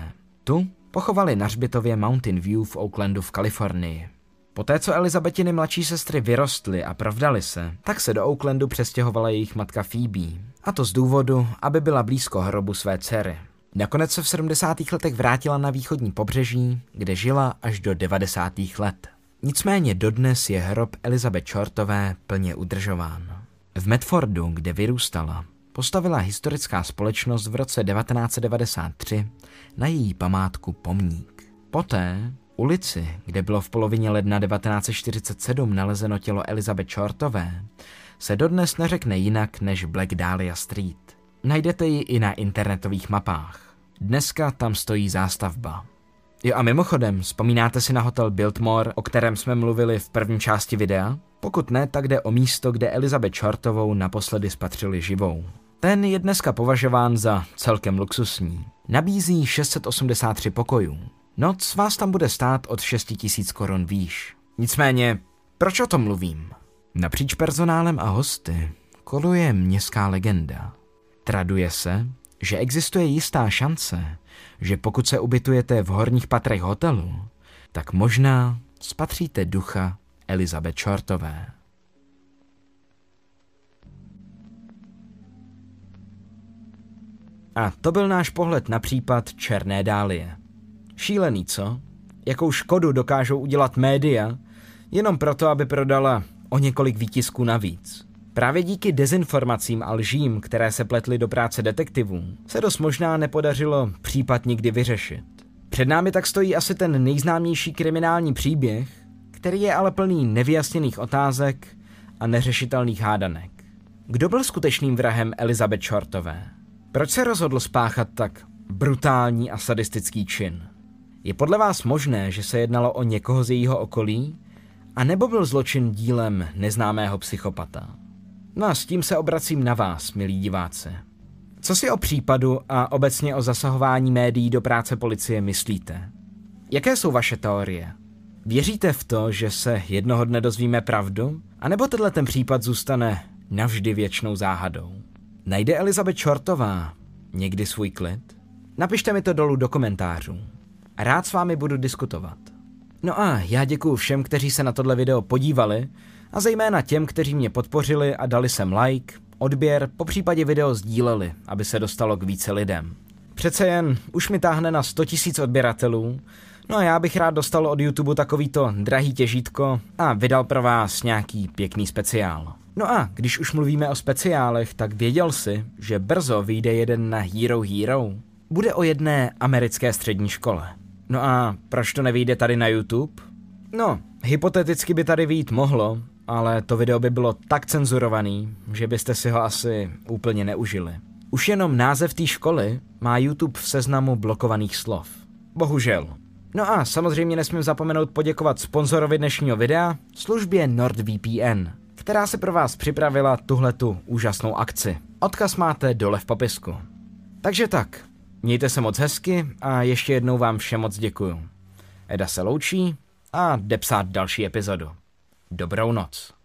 Tu pochovali na hřbitově Mountain View v Oaklandu v Kalifornii. Poté, co Elizabethiny mladší sestry vyrostly a provdaly se, tak se do Oaklandu přestěhovala jejich matka Phoebe. A to z důvodu, aby byla blízko hrobu své dcery. Nakonec se v sedmdesátých letech vrátila na východní pobřeží, kde žila až do devadesátých let. Nicméně dodnes je hrob Elizabeth Shortové plně udržován. V Medfordu, kde vyrůstala, postavila historická společnost v roce devatenáct set devadesát tři na její památku pomník. Poté ulici, kde bylo v polovině ledna devatenáct set čtyřicet sedm nalezeno tělo Elizabeth Shortové, se dodnes neřekne jinak než Black Dahlia Street. Najdete ji i na internetových mapách. Dneska tam stojí zástavba. Jo a mimochodem, vzpomínáte si na hotel Biltmore, o kterém jsme mluvili v první části videa? Pokud ne, tak jde o místo, kde Elizabeth Shortovou naposledy spatřili živou. Ten je dneska považován za celkem luxusní. Nabízí šest set osmdesát tři pokojů. Noc vás tam bude stát od šest tisíc korun výš. Nicméně, proč o tom mluvím? Napříč personálem a hosty koluje městská legenda. Traduje se, že existuje jistá šance, že pokud se ubytujete v horních patrech hotelu, tak možná spatříte ducha Elizabeth Shortové. A to byl náš pohled na případ Černé dálie. Šílený, co? Jakou škodu dokážou udělat média, jenom proto, aby prodala o několik výtisků navíc. Právě díky dezinformacím a lžím, které se pletly do práce detektivů, se dost možná nepodařilo případ nikdy vyřešit. Před námi tak stojí asi ten nejznámější kriminální příběh, který je ale plný nevyjasněných otázek a neřešitelných hádanek. Kdo byl skutečným vrahem Elizabeth Shortové? Proč se rozhodl spáchat tak brutální a sadistický čin? Je podle vás možné, že se jednalo o někoho z jejího okolí? A nebo byl zločin dílem neznámého psychopata? No a s tím se obracím na vás, milí diváci. Co si o případu a obecně o zasahování médií do práce policie myslíte? Jaké jsou vaše teorie? Věříte v to, že se jednoho dne dozvíme pravdu? A nebo tenhle ten případ zůstane navždy věčnou záhadou? Najde Elizabeth Shortová někdy svůj klid? Napište mi to dolů do komentářů. Rád s vámi budu diskutovat. No a já děkuju všem, kteří se na tohle video podívali a zejména těm, kteří mě podpořili a dali sem like, odběr, popřípadě video sdíleli, aby se dostalo k více lidem. Přece jen už mi táhne na sto tisíc odběratelů, no a já bych rád dostal od YouTube takovýto drahý těžítko a vydal pro vás nějaký pěkný speciál. No a když už mluvíme o speciálech, tak věděl jsi, že brzo vyjde jeden na Hero Hero? Bude o jedné americké střední škole. No a proč to nevyjde tady na YouTube? No, hypoteticky by tady vyjít mohlo, ale to video by bylo tak cenzurovaný, že byste si ho asi úplně neužili. Už jenom název té školy má YouTube v seznamu blokovaných slov. Bohužel. No a samozřejmě nesmím zapomenout poděkovat sponzorovi dnešního videa, službě NordVPN, která se pro vás připravila tuhletu úžasnou akci. Odkaz máte dole v popisku. Takže tak, mějte se moc hezky a ještě jednou vám všem moc děkuju. Eda se loučí a jde psát další epizodu. Dobrou noc.